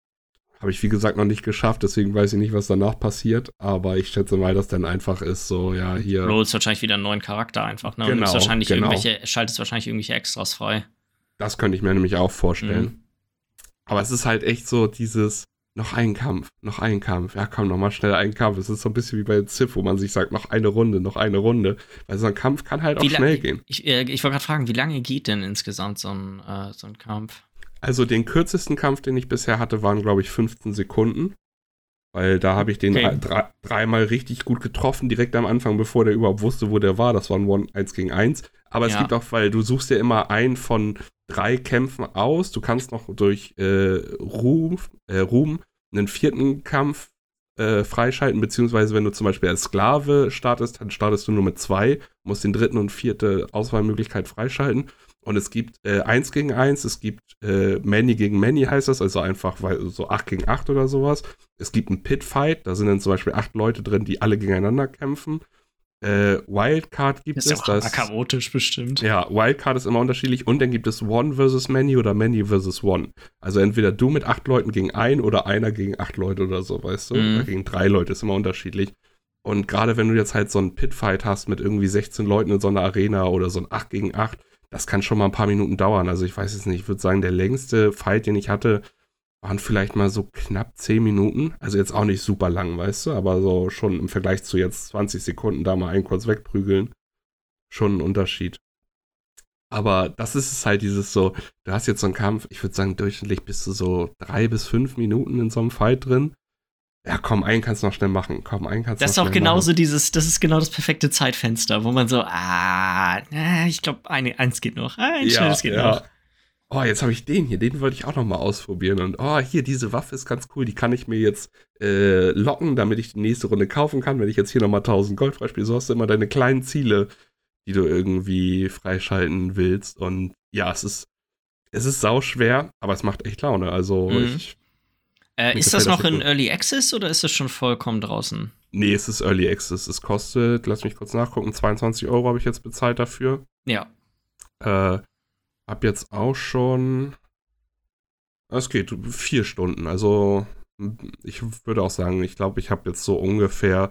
Habe ich, wie gesagt, noch nicht geschafft, deswegen weiß ich nicht, was danach passiert, aber ich schätze mal, dass dann einfach ist so, ja, hier. Du holst wahrscheinlich wieder einen neuen Charakter einfach, ne? Genau, und wahrscheinlich genau. irgendwelche, schaltest wahrscheinlich irgendwelche Extras frei. Das könnte ich mir nämlich auch vorstellen. Mhm. Aber es ist halt echt so dieses, noch ein Kampf, noch ein Kampf, ja komm, noch mal schnell ein Kampf. Es ist so ein bisschen wie bei Civ, wo man sich sagt, noch eine Runde, noch eine Runde. Weil so ein Kampf kann halt auch wie schnell la- gehen. Ich, äh, ich wollte gerade fragen, wie lange geht denn insgesamt so ein, äh, so ein Kampf? Also den kürzesten Kampf, den ich bisher hatte, waren, glaube ich, fünfzehn Sekunden. Weil da habe ich den okay. drei, dreimal richtig gut getroffen, direkt am Anfang, bevor der überhaupt wusste, wo der war. Das war ein One eins gegen eins. Aber es ja. gibt auch, weil du suchst ja immer einen von drei Kämpfen aus. Du kannst noch durch äh, Ruhm, äh, Ruhm einen vierten Kampf äh, freischalten, beziehungsweise wenn du zum Beispiel als Sklave startest, dann startest du nur mit zwei, musst den dritten und vierte Auswahlmöglichkeit freischalten. Und es gibt äh, eins gegen eins, es gibt äh, Many gegen Many heißt das, also einfach weil, so acht gegen acht oder sowas. Es gibt einen Pit-Fight, da sind dann zum Beispiel acht Leute drin, die alle gegeneinander kämpfen. Äh, Wildcard gibt das es. Ist ja auch das chaotisch bestimmt. Ja, Wildcard ist immer unterschiedlich. Und dann gibt es One versus Many oder Many versus One. Also entweder du mit acht Leuten gegen ein oder einer gegen acht Leute oder so, weißt du? Mhm. Oder gegen drei Leute, ist immer unterschiedlich. Und gerade wenn du jetzt halt so einen Pit-Fight hast mit irgendwie sechzehn Leuten in so einer Arena oder so ein acht gegen acht, das kann schon mal ein paar Minuten dauern. Also ich weiß jetzt nicht, ich würde sagen, der längste Fight, den ich hatte, waren vielleicht mal so knapp zehn Minuten. Also jetzt auch nicht super lang, weißt du, aber so schon im Vergleich zu jetzt zwanzig Sekunden da mal einen kurz wegprügeln, schon ein Unterschied. Aber das ist es halt, dieses so, du hast jetzt so einen Kampf, ich würde sagen, durchschnittlich bist du so drei bis fünf Minuten in so einem Fight drin. Ja, komm, einen kannst du noch schnell machen. Komm, einen kannst du noch schnell machen. Das ist auch genauso dieses, das ist genau das perfekte Zeitfenster, wo man so, ah, ich glaube, eins geht noch, ein ja, schnelles geht ja. noch. Oh, jetzt habe ich den hier, den wollte ich auch noch mal ausprobieren. Und oh, hier, diese Waffe ist ganz cool, die kann ich mir jetzt äh, locken, damit ich die nächste Runde kaufen kann, wenn ich jetzt hier noch mal tausend Gold freispiele. So hast du immer deine kleinen Ziele, die du irgendwie freischalten willst. Und ja, es ist, es ist sauschwer, aber es macht echt Laune. Also Mhm. ich Äh, ist das noch in Early Access oder ist das schon vollkommen draußen? Nee, es ist Early Access. Es kostet, lass mich kurz nachgucken, zweiundzwanzig Euro habe ich jetzt bezahlt dafür. Ja. Äh, hab jetzt auch schon, es geht vier Stunden. Also ich würde auch sagen, ich glaube, ich habe jetzt so ungefähr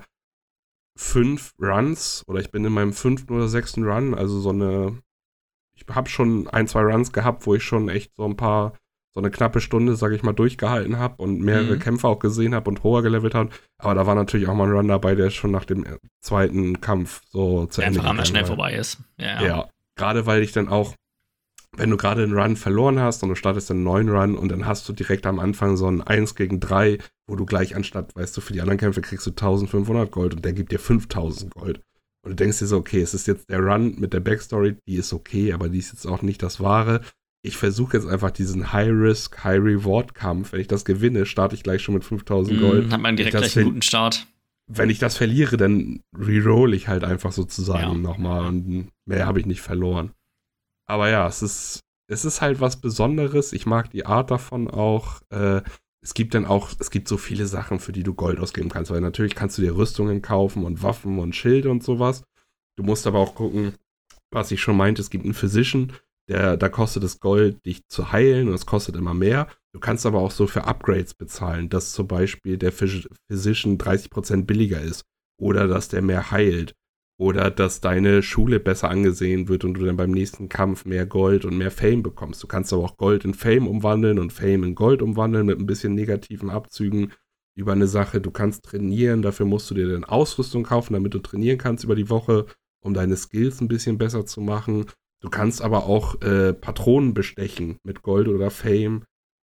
fünf Runs oder ich bin in meinem fünften oder sechsten Run. Also so eine, ich habe schon ein, zwei Runs gehabt, wo ich schon echt so ein paar so eine knappe Stunde, sage ich mal, durchgehalten habe und mehrere mhm. Kämpfe auch gesehen habe und hoher gelevelt habe. Aber da war natürlich auch mal ein Run dabei, der schon nach dem zweiten Kampf so zu Ende gegangen schnell war. vorbei ist. Ja, ja, gerade weil ich dann auch, wenn du gerade einen Run verloren hast und du startest einen neuen Run und dann hast du direkt am Anfang so ein eins gegen drei, wo du gleich anstatt, weißt du, für die anderen Kämpfe kriegst du eintausendfünfhundert Gold und der gibt dir fünftausend Gold. Und du denkst dir so, okay, es ist jetzt der Run mit der Backstory, die ist okay, aber die ist jetzt auch nicht das Wahre. Ich versuche jetzt einfach diesen High-Risk, High-Reward-Kampf. Wenn ich das gewinne, starte ich gleich schon mit fünftausend Gold. Mm, hat man direkt gleich einen guten Start. Wenn ich das verliere, dann reroll ich halt einfach sozusagen ja. nochmal und mehr habe ich nicht verloren. Aber ja, es ist, es ist halt was Besonderes. Ich mag die Art davon auch. Äh, es gibt dann auch, es gibt so viele Sachen, für die du Gold ausgeben kannst. Weil natürlich kannst du dir Rüstungen kaufen und Waffen und Schilde und sowas. Du musst aber auch gucken, was ich schon meinte, es gibt einen Physician, Der, da kostet es Gold, dich zu heilen und es kostet immer mehr. Du kannst aber auch so für Upgrades bezahlen, dass zum Beispiel der Physician dreißig Prozent billiger ist oder dass der mehr heilt oder dass deine Schule besser angesehen wird und du dann beim nächsten Kampf mehr Gold und mehr Fame bekommst. Du kannst aber auch Gold in Fame umwandeln und Fame in Gold umwandeln mit ein bisschen negativen Abzügen über eine Sache. Du kannst trainieren, dafür musst du dir dann Ausrüstung kaufen, damit du trainieren kannst über die Woche, um deine Skills ein bisschen besser zu machen. Du kannst aber auch äh, Patronen bestechen mit Gold oder Fame.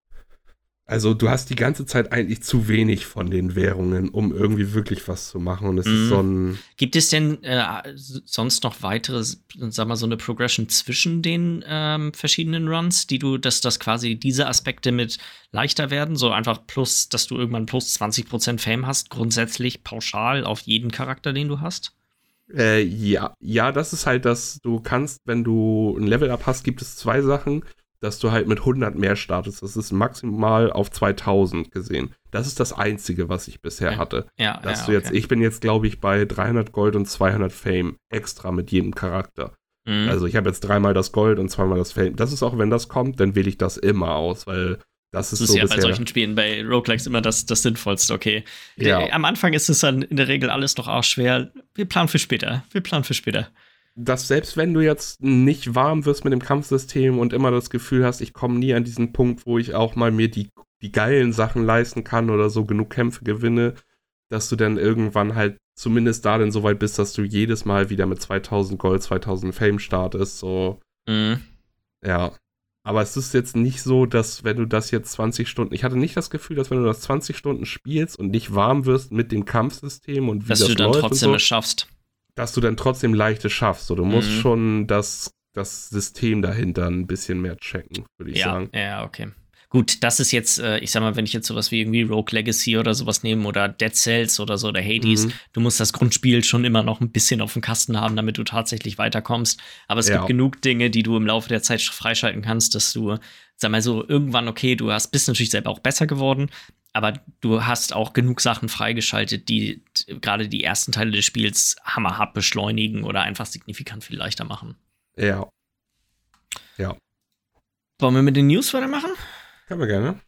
Also du hast die ganze Zeit eigentlich zu wenig von den Währungen, um irgendwie wirklich was zu machen. Und es mm. ist so ein... Gibt es denn äh, sonst noch weitere, sag mal, so eine Progression zwischen den ähm, verschiedenen Runs, die du, dass das quasi diese Aspekte mit leichter werden? So einfach plus, dass du irgendwann plus zwanzig Prozent Fame hast, grundsätzlich pauschal auf jeden Charakter, den du hast? Äh, ja, ja, das ist halt, dass du kannst, wenn du ein Level-Up hast, gibt es zwei Sachen, dass du halt mit hundert mehr startest. Das ist maximal auf zweitausend gesehen. Das ist das Einzige, was ich bisher ja. hatte. Ja, dass ja, du jetzt, okay. Ich bin jetzt, glaube ich, bei dreihundert Gold und zweihundert Fame extra mit jedem Charakter. Mhm. Also ich habe jetzt dreimal das Gold und zweimal das Fame. Das ist auch, wenn das kommt, dann wähle ich das immer aus, weil das ist, das ist so ja bisher bei solchen Spielen, bei Roguelikes immer das, das Sinnvollste, okay. Ja. Der, am Anfang ist es dann in der Regel alles noch auch schwer. Wir planen für später. Wir planen für später. Dass selbst wenn du jetzt nicht warm wirst mit dem Kampfsystem und immer das Gefühl hast, ich komme nie an diesen Punkt, wo ich auch mal mir die, die geilen Sachen leisten kann oder so genug Kämpfe gewinne, dass du dann irgendwann halt zumindest da dann so weit bist, dass du jedes Mal wieder mit zweitausend Gold, zweitausend Fame startest, so. Mhm. Ja. Aber es ist jetzt nicht so, dass wenn du das jetzt zwanzig Stunden, ich hatte nicht das Gefühl, dass wenn du das zwanzig Stunden spielst und nicht warm wirst mit dem Kampfsystem und wie dass das läuft, dass du dann trotzdem so, es schaffst. Dass du dann trotzdem leichtes schaffst. So, du musst mhm. schon das, das System dahinter ein bisschen mehr checken, würde ich ja, sagen. Ja, okay. Gut, das ist jetzt, äh, ich sag mal, wenn ich jetzt sowas wie irgendwie Rogue Legacy oder sowas nehme oder Dead Cells oder so oder Hades, mhm. du musst das Grundspiel schon immer noch ein bisschen auf dem Kasten haben, damit du tatsächlich weiterkommst. Aber es ja. gibt genug Dinge, die du im Laufe der Zeit freischalten kannst, dass du, sag mal so, irgendwann, okay, du hast, bist natürlich selber auch besser geworden, aber du hast auch genug Sachen freigeschaltet, die gerade die ersten Teile des Spiels hammerhart beschleunigen oder einfach signifikant viel leichter machen. Ja. Ja. Wollen wir mit den News weitermachen? Können wir gerne.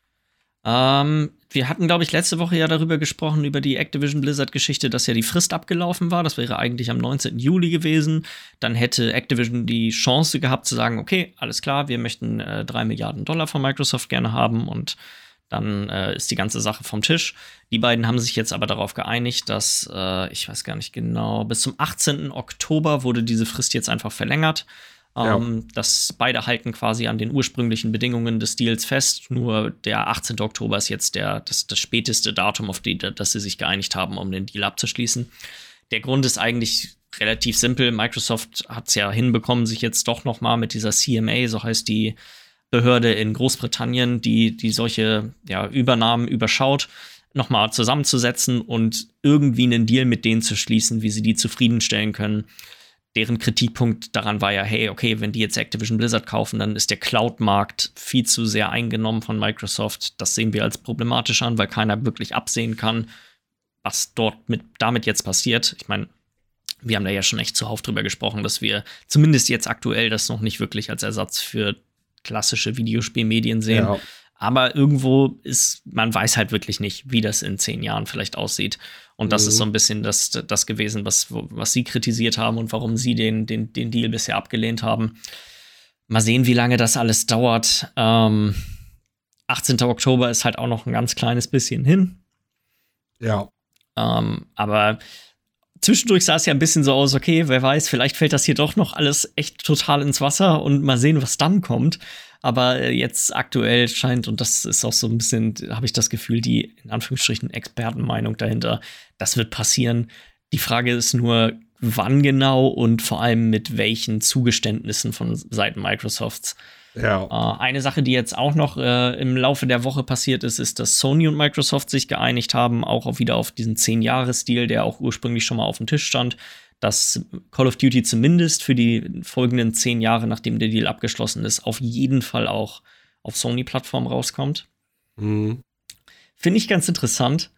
Ähm, wir hatten, glaube ich, letzte Woche ja darüber gesprochen, über die Activision Blizzard-Geschichte, dass ja die Frist abgelaufen war. Das wäre eigentlich am neunzehnten Juli gewesen. Dann hätte Activision die Chance gehabt zu sagen, okay, alles klar, wir möchten äh, drei Milliarden Dollar von Microsoft gerne haben und dann äh, ist die ganze Sache vom Tisch. Die beiden haben sich jetzt aber darauf geeinigt, dass, äh, ich weiß gar nicht genau, bis zum achtzehnten Oktober wurde diese Frist jetzt einfach verlängert. Ja. Ähm, das beide halten quasi an den ursprünglichen Bedingungen des Deals fest. Nur der achtzehnten Oktober ist jetzt der, das, das späteste Datum, auf die, das sie sich geeinigt haben, um den Deal abzuschließen. Der Grund ist eigentlich relativ simpel. Microsoft hat es ja hinbekommen, sich jetzt doch noch mal mit dieser C M A, so heißt die Behörde in Großbritannien, die, die solche ja, Übernahmen überschaut, noch mal zusammenzusetzen und irgendwie einen Deal mit denen zu schließen, wie sie die zufriedenstellen können. Deren Kritikpunkt daran war ja, hey, okay, wenn die jetzt Activision Blizzard kaufen, dann ist der Cloud-Markt viel zu sehr eingenommen von Microsoft. Das sehen wir als problematisch an, weil keiner wirklich absehen kann, was dort mit, damit jetzt passiert. Ich meine, wir haben da ja schon echt zuhauf drüber gesprochen, dass wir zumindest jetzt aktuell das noch nicht wirklich als Ersatz für klassische Videospielmedien sehen. Ja. Aber irgendwo ist, man weiß halt wirklich nicht, wie das in zehn Jahren vielleicht aussieht. Und das mhm. ist so ein bisschen das, das gewesen, was, was sie kritisiert haben und warum sie den, den, den Deal bisher abgelehnt haben. Mal sehen, wie lange das alles dauert. Ähm, achtzehnten Oktober ist halt auch noch ein ganz kleines bisschen hin. Ja. Ähm, aber zwischendurch sah es ja ein bisschen so aus, okay, wer weiß, vielleicht fällt das hier doch noch alles echt total ins Wasser und mal sehen, was dann kommt. Aber jetzt aktuell scheint, und das ist auch so ein bisschen, habe ich das Gefühl, die in Anführungsstrichen Expertenmeinung dahinter, das wird passieren. Die Frage ist nur, wann genau und vor allem mit welchen Zugeständnissen von Seiten Microsofts. Ja. Äh, eine Sache, die jetzt auch noch äh, im Laufe der Woche passiert ist, ist, dass Sony und Microsoft sich geeinigt haben, auch auf wieder auf diesen zehn-Jahres-Deal, der auch ursprünglich schon mal auf dem Tisch stand, dass Call of Duty zumindest für die folgenden zehn Jahre, nachdem der Deal abgeschlossen ist, auf jeden Fall auch auf Sony-Plattform rauskommt. Mhm. Finde ich ganz interessant,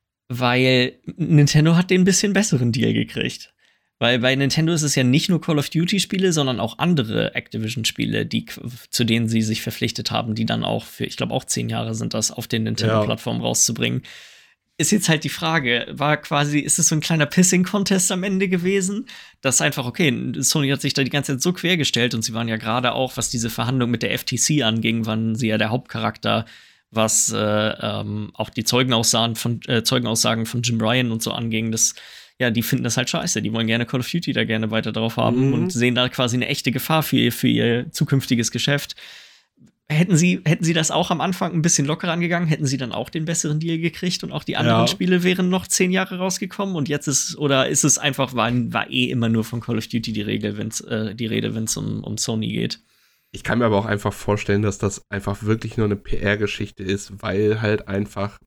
weil Nintendo hat den ein bisschen besseren Deal gekriegt. Weil bei Nintendo ist es ja nicht nur Call of Duty-Spiele, sondern auch andere Activision-Spiele, die, zu denen sie sich verpflichtet haben, die dann auch für, ich glaube auch zehn Jahre sind das, auf den Nintendo-Plattformen ja. rauszubringen. Ist jetzt halt die Frage, war quasi, ist es so ein kleiner Pissing-Contest am Ende gewesen? Das einfach, okay, Sony hat sich da die ganze Zeit so quergestellt und sie waren ja gerade auch, was diese Verhandlung mit der F T C anging, waren sie ja der Hauptcharakter, was äh, ähm, auch die Zeugenaussagen von, äh, Zeugenaussagen von Jim Ryan und so anging, das ja, die finden das halt scheiße. Die wollen gerne Call of Duty da gerne weiter drauf haben mhm. und sehen da quasi eine echte Gefahr für ihr, für ihr zukünftiges Geschäft. Hätten sie, hätten sie das auch am Anfang ein bisschen lockerer angegangen, hätten sie dann auch den besseren Deal gekriegt und auch die anderen ja. Spiele wären noch zehn Jahre rausgekommen und jetzt ist, oder ist es einfach, war, war eh immer nur von Call of Duty die Regel, wenn's, äh, die Rede, wenn es um, um Sony geht. Ich kann mir aber auch einfach vorstellen, dass das einfach wirklich nur eine P R-Geschichte ist, weil halt einfach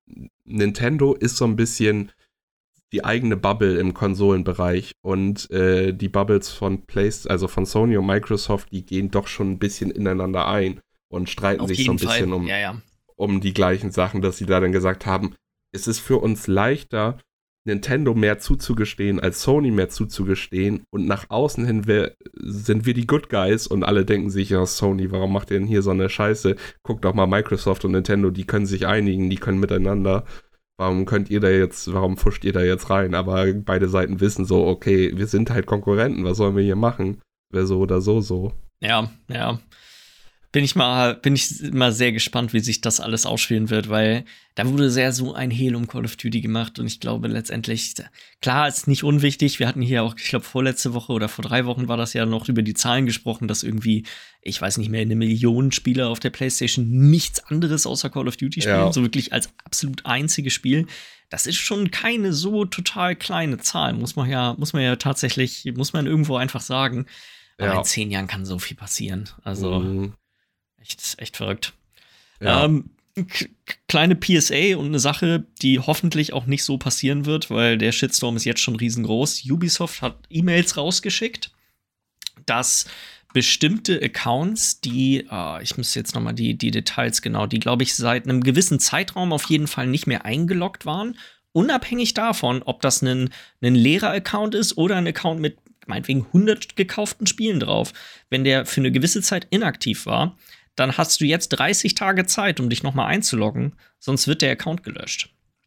Nintendo ist so ein bisschen die eigene Bubble im Konsolenbereich und äh, die Bubbles von PlayStation, also von Sony und Microsoft, die gehen doch schon ein bisschen ineinander ein und streiten Auf sich so ein bisschen um, ja, ja. um die gleichen Sachen, dass sie da dann gesagt haben, es ist für uns leichter, Nintendo mehr zuzugestehen, als Sony mehr zuzugestehen und nach außen hin wir, sind wir die Good Guys und alle denken sich, ja Sony, warum macht ihr denn hier so eine Scheiße? Guckt doch mal Microsoft und Nintendo, die können sich einigen, die können miteinander. Warum könnt ihr da jetzt, warum pfuscht ihr da jetzt rein? Aber beide Seiten wissen so, okay, wir sind halt Konkurrenten, was sollen wir hier machen? Wäre so oder so so. Ja, ja. Bin ich mal, bin ich mal sehr gespannt, wie sich das alles ausspielen wird, weil da wurde sehr so ein Hehl um Call of Duty gemacht und ich glaube letztendlich, klar, ist nicht unwichtig. Wir hatten hier auch, ich glaube, vorletzte Woche oder vor drei Wochen war das ja noch über die Zahlen gesprochen, dass irgendwie, ich weiß nicht mehr, eine Million Spieler auf der PlayStation nichts anderes außer Call of Duty spielen, ja. so wirklich als absolut einziges Spiel. Das ist schon keine so total kleine Zahl, muss man ja, muss man ja tatsächlich, muss man irgendwo einfach sagen. Aber ja. in zehn Jahren kann so viel passieren. Also mhm. Echt, echt verrückt. Ja. Ähm, k- kleine P S A und eine Sache, die hoffentlich auch nicht so passieren wird, weil der Shitstorm ist jetzt schon riesengroß. Ubisoft hat E-Mails rausgeschickt, dass bestimmte Accounts, die, äh, ich muss jetzt noch mal die, die Details genau, die, glaube ich, seit einem gewissen Zeitraum auf jeden Fall nicht mehr eingeloggt waren, unabhängig davon, ob das ein, ein leerer Account ist oder ein Account mit meinetwegen hundert gekauften Spielen drauf. Wenn der für eine gewisse Zeit inaktiv war, dann hast du jetzt dreißig Tage Zeit, um dich nochmal einzuloggen, sonst wird der Account gelöscht.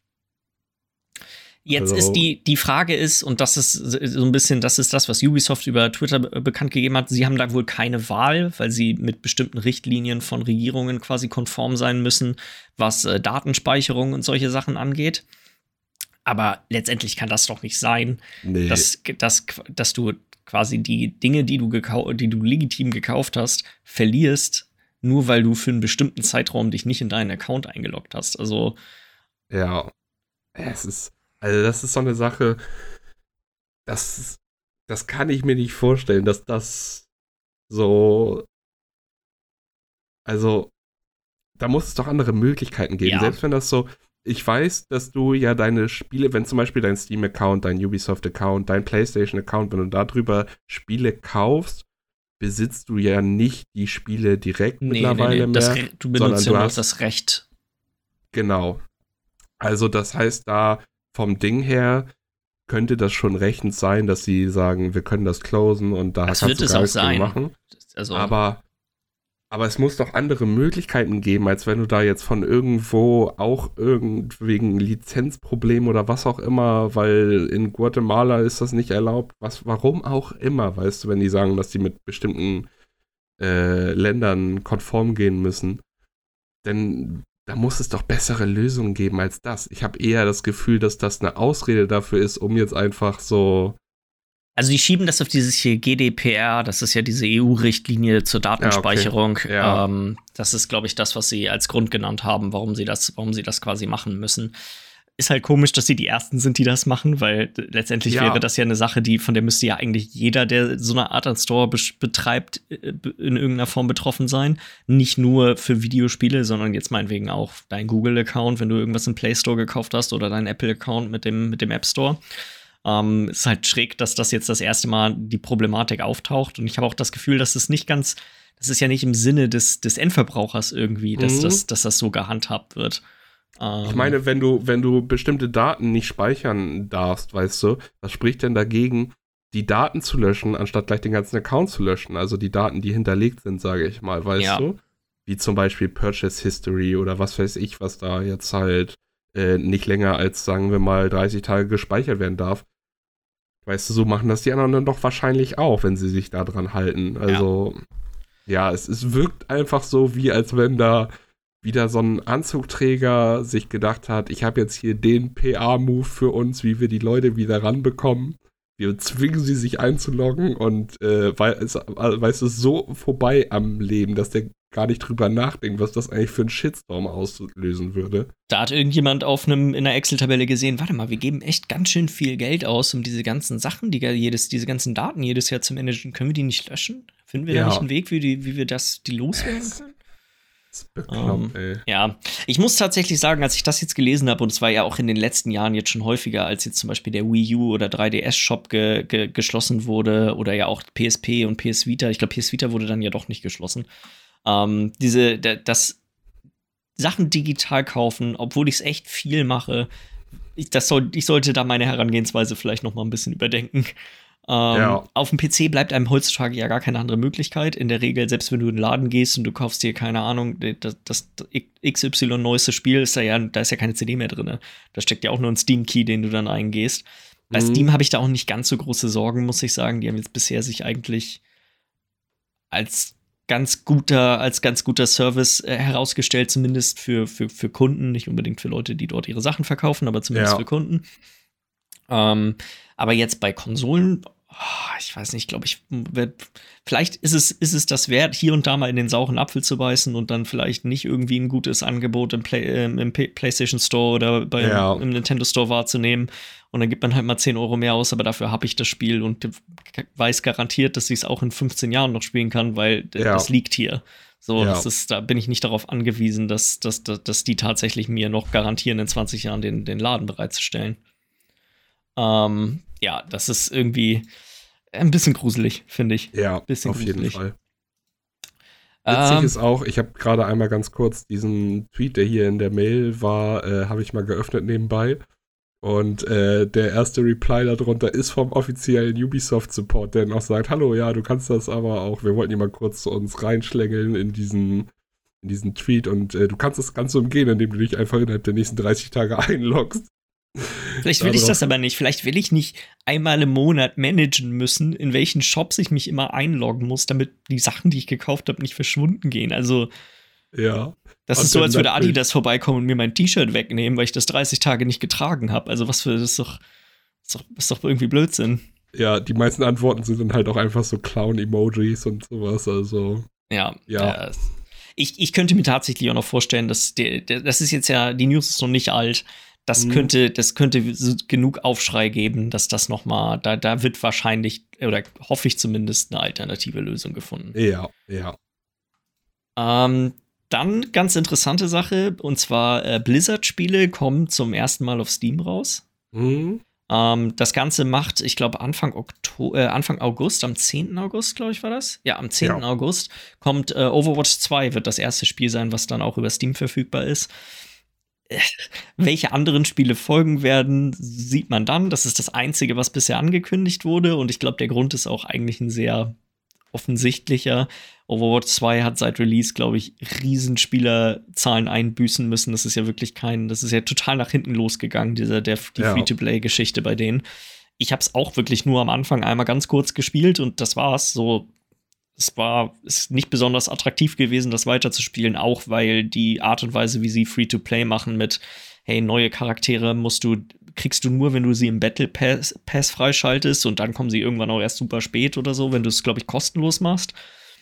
Jetzt Hello. ist die, die Frage ist, und das ist so ein bisschen, das ist das, was Ubisoft über Twitter bekannt gegeben hat, sie haben da wohl keine Wahl, weil sie mit bestimmten Richtlinien von Regierungen quasi konform sein müssen, was äh, Datenspeicherung und solche Sachen angeht. Aber letztendlich kann das doch nicht sein, nee. dass, dass, dass du quasi die Dinge, die du, gekau- die du legitim gekauft hast, verlierst, nur weil du für einen bestimmten Zeitraum dich nicht in deinen Account eingeloggt hast. Also ja, es ist, also das ist so eine Sache, das, das kann ich mir nicht vorstellen, dass das so, also da muss es doch andere Möglichkeiten geben. Ja. Selbst wenn das so, ich weiß, dass du ja deine Spiele, wenn zum Beispiel dein Steam-Account, dein Ubisoft-Account, dein PlayStation-Account, wenn du darüber Spiele kaufst, besitzt du ja nicht die Spiele direkt nee, mittlerweile nee, nee. mehr. Das, du benutzt ja nur das Recht. Genau. Also das heißt, da vom Ding her könnte das schon rechtens sein, dass sie sagen, wir können das closen und da das kannst wird du gar es auch sein. machen. Also aber Aber es muss doch andere Möglichkeiten geben, als wenn du da jetzt von irgendwo auch irgend wegen Lizenzproblem oder was auch immer, weil in Guatemala ist das nicht erlaubt, was, warum auch immer, weißt du, wenn die sagen, dass die mit bestimmten äh, Ländern konform gehen müssen, denn da muss es doch bessere Lösungen geben als das. Ich habe eher das Gefühl, dass das eine Ausrede dafür ist, um jetzt einfach so. Also die schieben das auf dieses hier G D P R, das ist ja diese E U-Richtlinie zur Datenspeicherung. Ja, okay. ja. Ähm, das ist, glaube ich, das, was sie als Grund genannt haben, warum sie das, warum sie das quasi machen müssen. Ist halt komisch, dass sie die Ersten sind, die das machen, weil letztendlich ja. wäre das ja eine Sache, die von der müsste ja eigentlich jeder, der so eine Art an Store be- betreibt, in irgendeiner Form betroffen sein. Nicht nur für Videospiele, sondern jetzt meinetwegen auch dein Google-Account, wenn du irgendwas im Play Store gekauft hast oder dein Apple-Account mit dem, mit dem App Store. Ähm, ist halt schräg, dass das jetzt das erste Mal die Problematik auftaucht. Und ich habe auch das Gefühl, dass es nicht ganz, das ist ja nicht im Sinne des, des Endverbrauchers irgendwie, dass, mhm. das, dass das so gehandhabt wird. Ähm, ich meine, wenn du, wenn du bestimmte Daten nicht speichern darfst, weißt du, was spricht denn dagegen, die Daten zu löschen, anstatt gleich den ganzen Account zu löschen? Also die Daten, die hinterlegt sind, sage ich mal, weißt ja. du? Wie zum Beispiel Purchase History oder was weiß ich, was da jetzt halt äh, nicht länger als, sagen wir mal, dreißig Tage gespeichert werden darf. Weißt du, so machen das die anderen dann doch wahrscheinlich auch, wenn sie sich da dran halten. Also, ja, ja es, es wirkt einfach so, wie als wenn da wieder so ein Anzugträger sich gedacht hat, ich habe jetzt hier den P R-Move für uns, wie wir die Leute wieder ranbekommen. Wir zwingen sie, sich einzuloggen und äh, weil es, weißt du, so vorbei am Leben, dass der gar nicht drüber nachdenkt, was das eigentlich für einen Shitstorm auslösen würde. Da hat irgendjemand auf einem in einer Excel-Tabelle gesehen, warte mal, wir geben echt ganz schön viel Geld aus, um diese ganzen Sachen, die jedes, diese ganzen Daten jedes Jahr zu managen. Können wir die nicht löschen? Finden wir ja. da nicht einen Weg, wie, die, wie wir das, die loswerden können? Das ist bekloppt, um, ey. Ja, ich muss tatsächlich sagen, als ich das jetzt gelesen habe, und es war ja auch in den letzten Jahren jetzt schon häufiger, als jetzt zum Beispiel der Wii U oder drei D S-Shop ge- ge- geschlossen wurde oder ja auch P S P und P S Vita. Ich glaube, P S Vita wurde dann ja doch nicht geschlossen. Ähm, diese, d- das Sachen digital kaufen, obwohl ich es echt viel mache, ich, das soll, ich sollte da meine Herangehensweise vielleicht noch mal ein bisschen überdenken. Ähm, ja. Auf dem P C bleibt einem heutzutage ja gar keine andere Möglichkeit. In der Regel, selbst wenn du in den Laden gehst und du kaufst dir, keine Ahnung, das, das X Y neueste Spiel, ist da ja, da ist ja keine C D mehr drin. Da steckt ja auch nur ein Steam-Key, den du dann eingehst. Bei mhm. Steam habe ich da auch nicht ganz so große Sorgen, muss ich sagen. Die haben jetzt bisher sich eigentlich als ganz guter, als ganz guter Service äh, herausgestellt, zumindest für, für, für Kunden, nicht unbedingt für Leute, die dort ihre Sachen verkaufen, aber zumindest ja. für Kunden. Ähm, aber jetzt bei Konsolen, oh, ich weiß nicht, glaube ich, wird, vielleicht ist es, ist es das wert, hier und da mal in den sauren Apfel zu beißen und dann vielleicht nicht irgendwie ein gutes Angebot im, Play, äh, im P- PlayStation Store oder bei, ja. im Nintendo Store wahrzunehmen. Und dann gibt man halt mal zehn Euro mehr aus, aber dafür habe ich das Spiel und weiß garantiert, dass ich es auch in fünfzehn Jahren noch spielen kann, weil ja. das liegt hier. So, ja. das ist, da bin ich nicht darauf angewiesen, dass, dass, dass, dass die tatsächlich mir noch garantieren, in zwanzig Jahren den, den Laden bereitzustellen. Ähm, ja, das ist irgendwie ein bisschen gruselig, finde ich. Ja, bisschen auf gruselig. jeden Fall. Witzig ähm, ist auch, ich habe gerade einmal ganz kurz diesen Tweet, der hier in der Mail war, äh, habe ich mal geöffnet nebenbei. Und äh, der erste Reply darunter ist vom offiziellen Ubisoft-Support, der dann auch sagt, hallo, ja, du kannst das aber auch, wir wollten hier mal kurz zu uns reinschlängeln in diesen, in diesen Tweet und äh, du kannst das Ganze umgehen, indem du dich einfach innerhalb der nächsten dreißig Tage einloggst. Vielleicht will ich das aber nicht. Vielleicht will ich nicht einmal im Monat managen müssen, in welchen Shops ich mich immer einloggen muss, damit die Sachen, die ich gekauft habe, nicht verschwunden gehen. Also, ja. Das ist so, als würde Adidas vorbeikommen und mir mein T-Shirt wegnehmen, weil ich das dreißig Tage nicht getragen habe. Also, was für, das ist doch, ist doch, ist doch irgendwie Blödsinn. Ja, die meisten Antworten sind dann halt auch einfach so Clown-Emojis und sowas, also. Ja, ja. Äh, ich, ich könnte mir tatsächlich auch noch vorstellen, dass der, der, das ist jetzt ja, die News ist noch nicht alt. Das mhm. könnte, das könnte so genug Aufschrei geben, dass das noch mal, da, da wird wahrscheinlich, oder hoffe ich zumindest, eine alternative Lösung gefunden. Ja, ja. Ähm, dann ganz interessante Sache, und zwar äh, Blizzard-Spiele kommen zum ersten Mal auf Steam raus. Mhm. Ähm, das Ganze macht, ich glaube, Anfang Oktober, äh, Anfang August, am zehnten August, glaube ich, war das? Ja, am zehnten Ja. August kommt äh, Overwatch zwei, wird das erste Spiel sein, was dann auch über Steam verfügbar ist. Äh, welche anderen Spiele folgen werden, sieht man dann. Das ist das Einzige, was bisher angekündigt wurde. Und ich glaube, der Grund ist auch eigentlich ein sehr offensichtlicher. Overwatch zwei hat seit Release, glaube ich, Riesenspielerzahlen einbüßen müssen. Das ist ja wirklich kein, das ist ja total nach hinten losgegangen, dieser, der, die Ja. Free-to-Play-Geschichte bei denen. Ich habe es auch wirklich nur am Anfang einmal ganz kurz gespielt und das war's. So, es war ist nicht besonders attraktiv gewesen, das weiterzuspielen, auch weil die Art und Weise, wie sie Free-to-Play machen mit, hey, neue Charaktere musst du, kriegst du nur, wenn du sie im Battle Pass, Pass freischaltest und dann kommen sie irgendwann auch erst super spät oder so, wenn du es, glaube ich, kostenlos machst.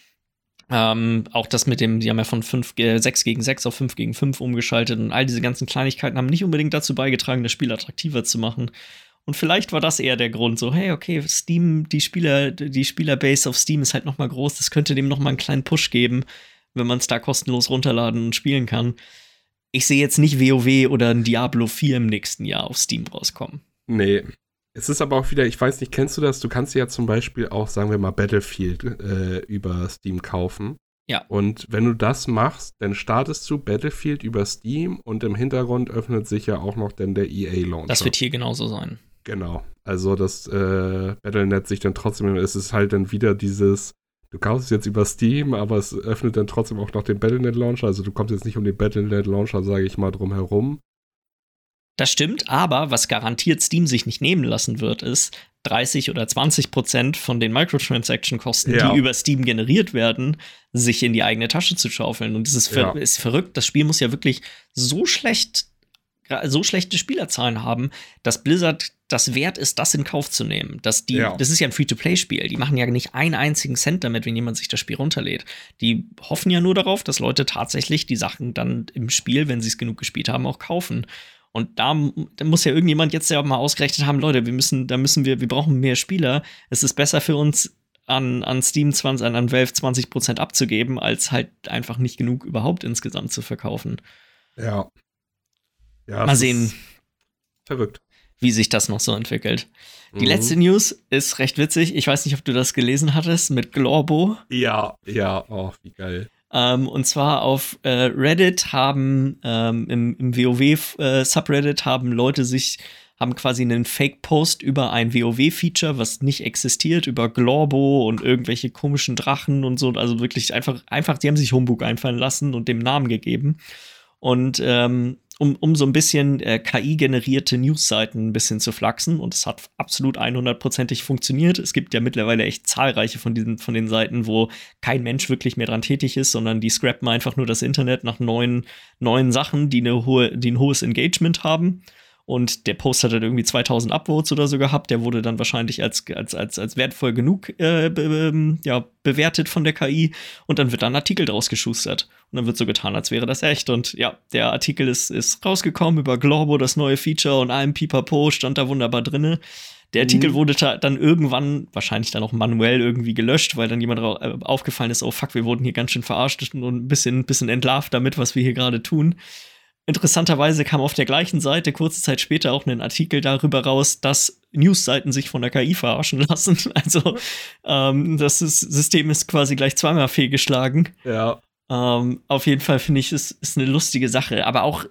Ähm, auch das mit dem, die haben ja von fünf, äh, sechs gegen sechs auf fünf gegen fünf umgeschaltet und all diese ganzen Kleinigkeiten haben nicht unbedingt dazu beigetragen, das Spiel attraktiver zu machen. Und vielleicht war das eher der Grund, so, hey, okay, Steam, die Spieler, die Spielerbase auf Steam ist halt noch mal groß, das könnte dem noch mal einen kleinen Push geben, wenn man es da kostenlos runterladen und spielen kann. Ich sehe jetzt nicht WoW oder ein Diablo vier im nächsten Jahr auf Steam rauskommen. Nee. Es ist aber auch wieder, ich weiß nicht, kennst du das? Du kannst ja zum Beispiel auch, sagen wir mal, Battlefield äh, über Steam kaufen. Ja. Und wenn du das machst, dann startest du Battlefield über Steam und im Hintergrund öffnet sich ja auch noch dann der E A-Launcher. Das wird hier genauso sein. Genau. Also das äh, Battle punkt net sich dann trotzdem, es ist halt dann wieder dieses, du kaufst es jetzt über Steam, aber es öffnet dann trotzdem auch noch den Battle punkt net Launcher. Also du kommst jetzt nicht um den Battle punkt net Launcher, sage ich mal, drum herum. Das stimmt, aber was garantiert Steam sich nicht nehmen lassen wird, ist dreißig oder zwanzig Prozent von den Microtransaction-Kosten, Ja. die über Steam generiert werden, sich in die eigene Tasche zu schaufeln. Und das ist, ver- Ja. ist verrückt. Das Spiel muss ja wirklich so schlecht, so schlechte Spielerzahlen haben, dass Blizzard das wert ist, das in Kauf zu nehmen. Dass die, Ja. das ist ja ein Free-to-Play-Spiel. Die machen ja nicht einen einzigen Cent damit, wenn jemand sich das Spiel runterlädt. Die hoffen ja nur darauf, dass Leute tatsächlich die Sachen dann im Spiel, wenn sie es genug gespielt haben, auch kaufen. Und da, da muss ja irgendjemand jetzt ja mal ausgerechnet haben, Leute, wir müssen, da müssen wir, wir brauchen mehr Spieler. Es ist besser für uns, an, an Steam zwanzig, an Valve zwanzig Prozent abzugeben, als halt einfach nicht genug überhaupt insgesamt zu verkaufen. Ja. ja Mal sehen, verrückt. wie sich das noch so entwickelt. Die Mhm. letzte News ist recht witzig. Ich weiß nicht, ob du das gelesen hattest mit Glorbo. Ja, ja, oh, wie geil. Ähm, und zwar auf äh, Reddit haben, ähm, im, im WoW-Subreddit äh, haben Leute sich, haben quasi einen Fake-Post über ein WoW-Feature, was nicht existiert, über Glorbo und irgendwelche komischen Drachen und so. Also wirklich einfach, einfach, die haben sich Humbug einfallen lassen und dem Namen gegeben. Und ähm, um, um so ein bisschen äh, K I-generierte Newsseiten ein bisschen zu flachsen. Und es hat absolut hundertprozentig funktioniert. Es gibt ja mittlerweile echt zahlreiche von diesen von den Seiten, wo kein Mensch wirklich mehr dran tätig ist, sondern die scrappen einfach nur das Internet nach neuen, neuen Sachen, die, eine hohe, die ein hohes Engagement haben. Und der Post hat dann irgendwie zweitausend Upvotes oder so gehabt. Der wurde dann wahrscheinlich als, als, als, als wertvoll genug äh, be, ja, bewertet von der K I. Und dann wird da ein Artikel draus geschustert. Und dann wird so getan, als wäre das echt. Und ja, der Artikel ist, ist rausgekommen über Glorbo, das neue Feature und allem Pipapo, stand da wunderbar drinne. Der Artikel mhm. wurde ta- dann irgendwann, wahrscheinlich dann auch manuell irgendwie gelöscht, weil dann jemand ra- äh, aufgefallen ist, oh fuck, wir wurden hier ganz schön verarscht und ein bisschen, bisschen entlarvt damit, was wir hier gerade tun. Interessanterweise kam auf der gleichen Seite kurze Zeit später auch ein Artikel darüber raus, dass Newsseiten sich von der K I verarschen lassen. Also ähm, das ist, System ist quasi gleich zweimal fehlgeschlagen. Ja. Ähm, auf jeden Fall finde ich, es ist eine lustige Sache. Aber auch,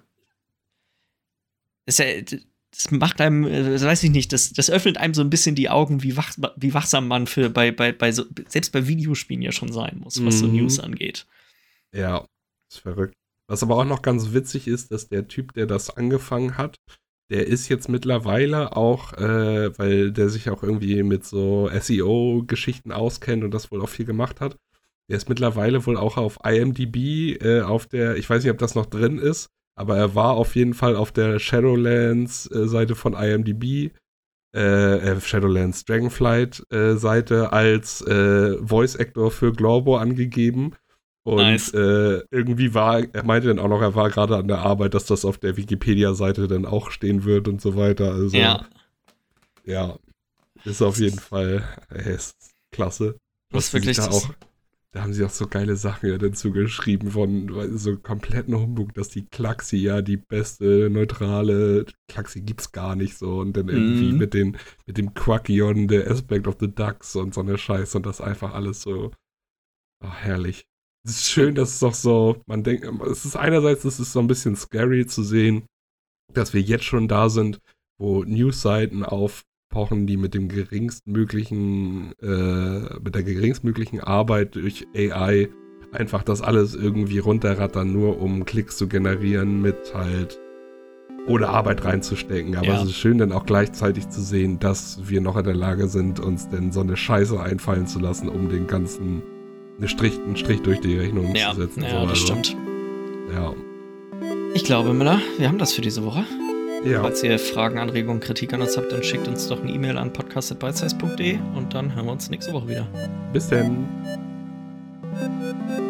es, das macht einem, das weiß ich nicht, das, das öffnet einem so ein bisschen die Augen, wie, wach, wie wachsam man für bei, bei, bei so, selbst bei Videospielen ja schon sein muss, was mhm. so News angeht. Ja, ist verrückt. Was aber auch noch ganz witzig ist, dass der Typ, der das angefangen hat, der ist jetzt mittlerweile auch, äh, weil der sich auch irgendwie mit so S E O-Geschichten auskennt und das wohl auch viel gemacht hat, der ist mittlerweile wohl auch auf I M D B äh, auf der, ich weiß nicht, ob das noch drin ist, aber er war auf jeden Fall auf der Shadowlands-Seite von I M D B äh, Shadowlands Dragonflight-Seite äh, als äh, Voice-Actor für Glorbo angegeben. Und nice. äh, irgendwie war, er meinte dann auch noch, er war gerade an der Arbeit, dass das auf der Wikipedia-Seite dann auch stehen wird und so weiter. Also, ja. Ja, ist auf jeden Fall, ey, ist klasse. Was ist wirklich da das? auch, da haben sie auch so geile Sachen ja dazu geschrieben von so kompletten Humbug, dass die Klaxi ja die beste neutrale Klaxi gibt's gar nicht so und dann irgendwie mm. mit den mit dem Quackion, der Aspect of the Ducks und so eine Scheiße und das einfach alles so oh, herrlich. Es ist schön, dass es auch so, man denkt, es ist einerseits, es ist so ein bisschen scary zu sehen, dass wir jetzt schon da sind, wo Newsseiten aufpochen, die mit dem geringstmöglichen, äh, mit der geringstmöglichen Arbeit durch A I einfach das alles irgendwie runterrattern, nur um Klicks zu generieren mit halt ohne Arbeit reinzustecken. Aber ja. Es ist schön, dann auch gleichzeitig zu sehen, dass wir noch in der Lage sind, uns denn so eine Scheiße einfallen zu lassen, um den ganzen Eine Strich, einen Strich durch die Rechnung ja, zu setzen. Ja, so, das also. stimmt. Ja. Ich glaube, Müller, wir haben das für diese Woche. Ja. Falls ihr Fragen, Anregungen, Kritik an uns habt, dann schickt uns doch eine E-Mail an podcast at bitesize punkt de und dann hören wir uns nächste Woche wieder. Bis dann.